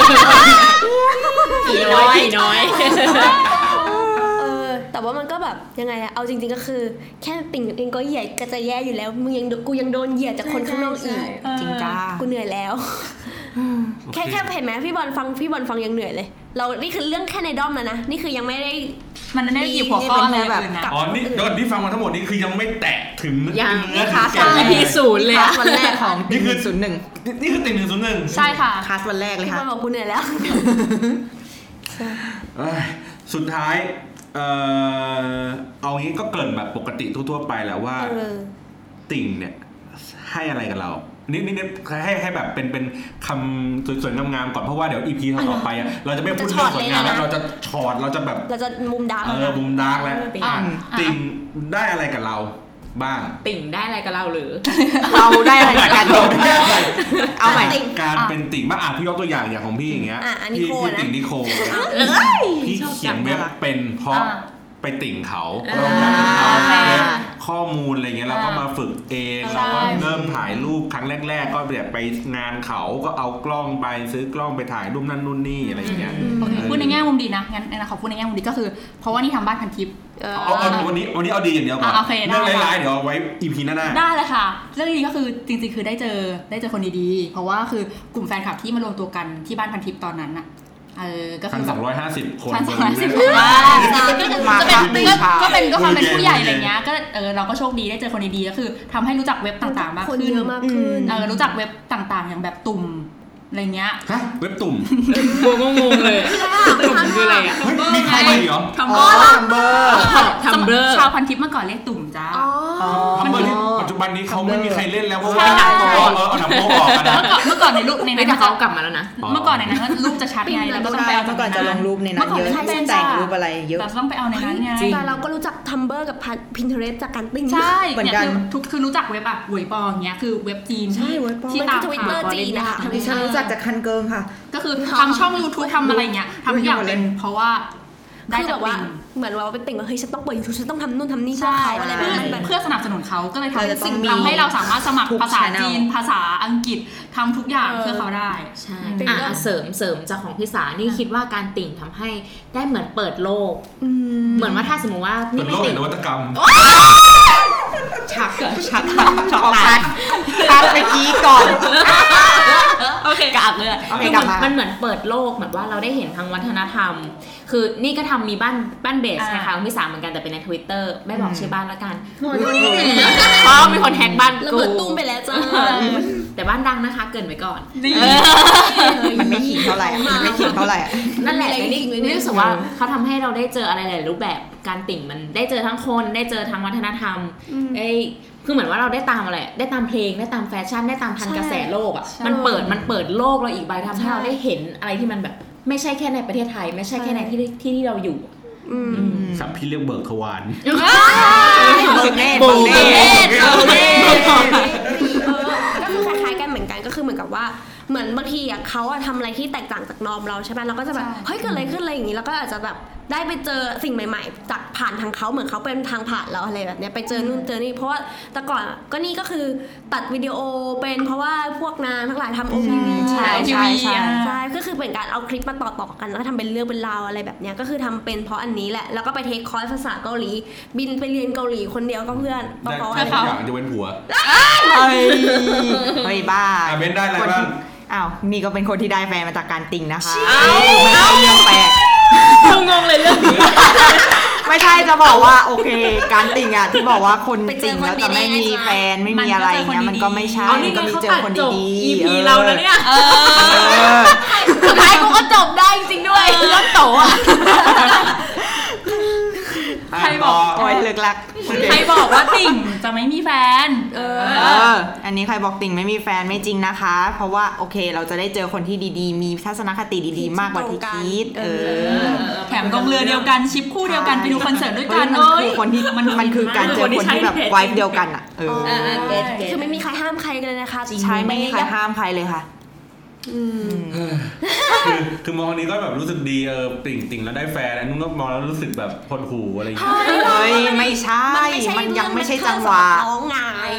Speaker 3: ผีน้อย
Speaker 4: แต่ว่ามันก็แบบยังไงอะเอาจริงๆก็คือแค่ติ่งเองก็เหยียดก็จะแย่อยู่แล้วมึงยังกูยังโดนเหยียดจากคนข้างนอกอีก
Speaker 1: จริงจ้า
Speaker 4: กูเหนื่อยแล้วแค่เห็นไหมพี่บอลฟังยังเหนื่อยเลยเรานี่คือเรื่องแค่ในด้อมนะนี่คือยังไม่ได้
Speaker 5: มันไม่ได้หยิบหัวข้ออะไรแบบอื่นนะ
Speaker 2: อ๋อนี่เดี๋ยวก่อนที่ฟังมาทั้งหมดนี่คือยังไม่แตะถึง
Speaker 3: ยัง
Speaker 2: เนื้อ
Speaker 1: คลาส
Speaker 2: ถึงแก่น
Speaker 3: EP 0เลยอะ
Speaker 1: วันแรกของ
Speaker 2: นี่คือ
Speaker 1: 01
Speaker 2: นี่คือติ่ง101
Speaker 5: ใช่ค่ะ
Speaker 1: คลาสวันแรกเลย
Speaker 4: พี่บ
Speaker 1: ค่ะ
Speaker 4: อลบอกกูเหนื่อยแล้ว
Speaker 2: สุดท้ายเอางี้ก็เกริ่นแบบปกติทั่วๆไปแหละว่าติ่งเนี่ยให้อะไรกับเรานี่ให้แบบเป็นคำสวยๆงามๆก่อนเพราะว่าเดี๋ยว EP ต่อไปอ่ะเราจะไม่พูดเรื่องสวยงามแล้วเราจะช็อตเราจะแบบ
Speaker 4: เราจะมุมดาร์ก
Speaker 2: มุมดาร์กแล้วติ่งได้อะไรกับเราบ้าง
Speaker 3: ติ่งได้อะไรกับเราหรือ
Speaker 1: เราได้อะไรจากการติ่งเอาใหม่
Speaker 2: การเป็นติ่งบ้างพี่ยกตัวอย่างของพี่อย่างเงี้ยพี่ติ่งนิโคพี่เขียนเว็บเป็นเพราะไปติ่งเขาเราอยากจะทำข้อมูลอะไรเงี้ยเราก็มาฝึกเองเราก็เริ่มถ่ายรูปครั้งแรกๆก็แบบไปงานเขาก็เอากล้องไปซื้อกล้องไปถ่ายรูปนั่นนู่นนี่อะไรอย่างเงี้ย
Speaker 5: พูดในแง่มุมดีนะงั้นขอพูดในแง่มุมดีก็คือเพราะว่านี่ทำบ้านพันทิป
Speaker 2: วันนี้เอาดีอย่างเดียวก่อนเรื่องร้ายๆเดี๋ยวไว้ EP หน้า
Speaker 5: ได้เลยค่ะเรื่องดีก็คือจริงๆคือได้เจอคนดีๆเพราะว่าคือกลุ่มแฟนคลับที่มารวมตัวกันที่บ้านพันทิปตอนนั้นน่ะก็คือ
Speaker 2: 1,250 คน
Speaker 5: ก็เป็นความเป็นผู้ใหญ่อะไรเงี้ยก็เราก็โชคดีได้เจอคนดีๆก็คือทำให้รู้จักเว็บต่างๆมากขึ้น
Speaker 4: คนเยอะมากขึ้น
Speaker 5: รู้จักเว็บต่างๆอย่างแบบตุ่มอะไรเงี้ย
Speaker 2: ฮะเว็บตุ่ม
Speaker 3: งงเลยตุ่มคืออะไรอ่ะ
Speaker 2: มีใครเหรอ
Speaker 1: ทัมเบอร์
Speaker 5: ชาวพันทิปเมื่อก่อนเรียกตุ่มจ้า
Speaker 2: ทัมเบอร์ที่ปัจจุบันนี้เขาไม่มีใครเล่นแล้วเพราะว่าหนังโป๊เอาหนังโป๊ออกกันนะ
Speaker 5: เมื่อก่อนในรูปในนั้น
Speaker 3: เขากลับมาแล้วนะ
Speaker 5: เมื่อก่อนในนั้นรูปจะชัดไงแล้วก็ต้องไปเอา
Speaker 1: เมื่อก่อนจะลงรูปในนั้นเยอะแต่งรูปอะไรเยอะ
Speaker 5: แต่ต้องไปเอาในนั้นไง
Speaker 4: แต่เราก็รู้จัก Tumblr กับ Pinterest จากการติ้ง
Speaker 5: ใช่เหมือนกันคือรู้จักเว็บอ่ะหวยปออย่างเงี้ยคือเว็บจีนที่ตาม
Speaker 4: Twitter จีนนะคะ
Speaker 1: ฉันรู้จักจากคันเกิงค่ะ
Speaker 5: ก็คือทำช่อง YouTube ทำอะไรเงี้ยทำทุกอย่างเป็นเพราะว่า
Speaker 4: ได้แบบว่าเหมือนว่าเป็นติ่งว่าเฮ้ยฉันต้องเปิด YouTube ฉันต้องทำนู่นทำนี่เพื่อเขาอะไรแบบนั้น
Speaker 5: เพื่อสนับสนุนเขาก็เลยทำให้เราสามารถสมัครภาษาจีนภาษาอังกฤษทำทุกอย่างเพื่อเขาได้
Speaker 3: ใช่เสริมจากของพี่สานี่คิดว่าการติ่งทำให้ได้เหมือนเปิดโลกเหมือนว่าถ้าสมมติว่า
Speaker 2: นี่ไม่ติ่งนวัตกรรม
Speaker 1: ชักไปกี้ก่อน
Speaker 3: โอเคกลับเลยมันเหมือนเปิดโลกแบบว่าเราได้เห็นทางวัฒนธรรมคือนี่ก็ทำมีบ้านเบสนะคะพี่สามเหมือนกันแต่เป็นใน Twitter ไม่บอกชื่อบ้านแล้วกันเพราะมีคนแฮกบ้าน
Speaker 4: กูตุ้มไปแล้วจ้า
Speaker 3: แต่บ้านดังนะคะเกินไว้ก่อน
Speaker 1: มันไม่ขิงเท่าไหร่
Speaker 3: นั่นแหละนี่รู้สึกว่าเขาทำให้เราได้เจออะไรหลายรูปแบบการติ่งมันได้เจอทั้งคนได้เจอทั้งวัฒนธรรมคือเหมือนว่าเราได้ตามอะไรได้ตามเพลงได้ตามแฟชั่นได้ตามทันกระแสโลกอ่ะมันเปิดโลกเราอีกใบทำให้เราได้เห็นอะไรที่มันแบบไม่ใช่แค่ในประเทศไทยไม่ใช่แค่ในที่เราอยู่
Speaker 2: สับพี่เรียกเบิกทวาร
Speaker 1: เบิกเนตร
Speaker 4: ก็คือคล้ายๆกันเหมือนกันก็คือเหมือนกับว่าเหมือนบางทีเขาทำอะไรที่แตกต่างจากนอร์มเราใช่ไหมเราก็จะแบบเฮ้ยเกิดอะไรขึ้นอะไรอย่างนี้แล้วก็อาจจะแบบได้ไปเจอสิ่งใหม่ๆจากผ่านทางเขาเหมือนเขาเป็นทางผ่านเราอะไรแบบนี้ไปเจอนู่นเจอนี่เพราะว่าแต่ก่อนก็นี่ก็คือตัดวิดีโอเป็นเพราะว่าพวกนางทั้งหลายทำ OPV
Speaker 1: ใช่
Speaker 4: ก็คือเป็นการเอาคลิปมาต่อกันแล้วทำเป็นเรื่องเป็นราวอะไรแบบนี้ก็คือทำเป็นเพราะอันนี้แหละแล้วก็ไปเทคคอร์สภาษาเกาหลีบินไปเรียนเกาหลีคนเดียวก็เพื่อน
Speaker 2: เพราะว่าเขาอยากจะเป็นผัว
Speaker 1: เฮ้ยบ้า
Speaker 2: เบนได้อะไรบ้าง
Speaker 1: อ้าวนี่ก็เป็นคนที่ได้แฟนมาจากการติ่งนะคะไม่ใช่เรื่องแปลก
Speaker 3: งงเลยเรื่องนี้
Speaker 1: ไม่ใช่จะบอกว่าโอเคการติ่งอ่ะที่บอกว่าคนติ่งแล้วจะไม่มีแฟนไม่มีอะไรเงี้ยมันก็ไม่ใช่มันก็มีเจอคนดี
Speaker 3: ๆ EP เราแล้วเนี่ยสุดท้ายกูก็จบได้จริงด้วยเรื่องโตอ่ะ
Speaker 1: ใครบอกโอ้ยเลิกลัก
Speaker 5: ใครบอกว่าติ่งจะไม่มีแฟน
Speaker 1: อันนี้ใครบอกติ่งไม่มีแฟนไม่จริงนะคะเพราะว่าโอเคเราจะได้เจอคนที่ดีๆมีทัศนคติดีๆมากกว่าที่คิด
Speaker 5: แถมลงเรือเดียวกันชิปคู่เดียวกันไปดูคอนเสิร์ตด้วยกัน
Speaker 1: คือคนที่มันคือการเจอคนที่แบบไวฟ์เดียวกันอ่ะ
Speaker 4: คือไม่มีใครห้ามใครเลยนะคะ
Speaker 1: ใช่ไม่มีใครห้ามใครเลยค่ะ
Speaker 2: คือมองนี้ก็แบบรู้สึกดีติ่งแล้วได้แฟนนุ่นก็มองแล้วรู้สึกแบบพดหูอะไรอย่างเงี้ย
Speaker 1: เฮ้ยไม่ใช่มันยังไม่ใช่จังหวะ
Speaker 4: น้องไง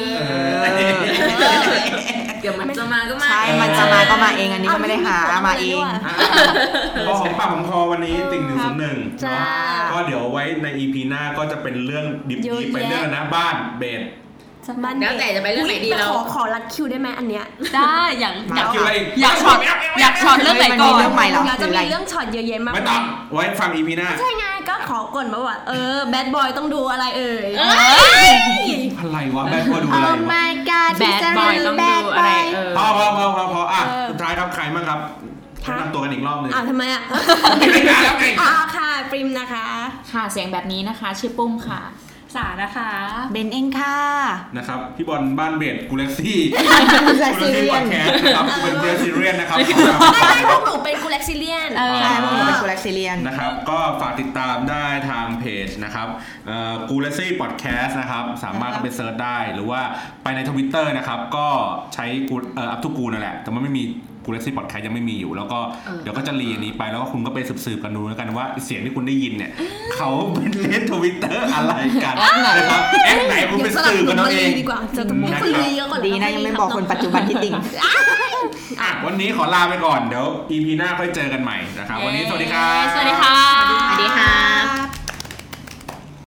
Speaker 3: เดี๋ยวมันจะมาก็มา
Speaker 1: ใช่มันจะมาก็มาเองอันนี้ก็ไม่ได้หามาเอง
Speaker 2: พอของปากของคอวันนี้ติ่ง101เนาะก็เดี๋ยวไว้ใน EP หน้าก็จะเป็นเรื่องดิบๆไปเรื่องนะบ้านเบส
Speaker 3: แล้วแต่จะไปเรื่องไหนดีเรา
Speaker 4: ขอรัดคิวได้ไหมอันเนี้ย
Speaker 5: ได้อยากช็อตเรื่องไหนก่อน
Speaker 4: เราจะมีเรื่องช็อตเยอะแยะมาก
Speaker 2: ไม่ต้องไว้ฟัง EP หน้า
Speaker 4: ใช่ไงก็ขอก่อนมาว่าแบดบอยต้องดูอะไร
Speaker 2: อะไรวะแบดบอยดูอะไร
Speaker 4: Oh my god
Speaker 3: แบดบอยต้องดูอะไร
Speaker 2: พอสุดท้ายครับใครบ้างครับแนะนำตัวกันอีกรอบนึง
Speaker 4: ทำไมอ่ะค่ะปริมนะคะ
Speaker 3: ค่ะเสียงแบบนี้นะคะชื่อปุ้มค่ะ
Speaker 5: สานะคะ
Speaker 1: เบนเองค่ะ
Speaker 2: นะครับพี่บอลบ้านเบสกูเล็กซี่
Speaker 1: กูเล็กซี่
Speaker 2: พอดแคสต์นะครับกูเป็นกูเล็กซี่เรียนนะครับ
Speaker 4: ไม่พวกหนูเป็นกูเล็กซิเลียน
Speaker 1: ใช่พวกหนูเป็นกูเล็กซิเลียน
Speaker 2: นะครับก็ฝากติดตามได้ทางเพจนะครับกูเล็กซี่พอดแคสต์นะครับสามารถเข้าไปเซิร์ชได้หรือว่าไปใน Twitter นะครับก็ใช้กูอัพทูกูนั่นแหละแต่มันไม่มีกูเล็กซี่พอดแคสต์ยังไม่มีอยู่แล้วก็เดี๋ยวก็จะรีอันนี้ไปแล้วก็คุณก็ไปสืบกันดูแล้วกันว่าเสียงที่คุณได้ยินเนี่ยเขาเป็นเล่น Twitter อะไรกันนะครับแอคไหนคุณไปสืบกันเอาเอง
Speaker 4: ดีกว่าจะต้องมีคนรีเยอะกว่า
Speaker 1: ดีนะยังไม่บอกคนปัจจุบันที่ติ่ง
Speaker 2: วันนี้ขอลาไปก่อนเดี๋ยว EP หน้าค่อยเจอกันใหม่นะครับวันนี้สวัสดีครับ
Speaker 3: สวัสดีค่ะ
Speaker 4: สวัสดีค่ะ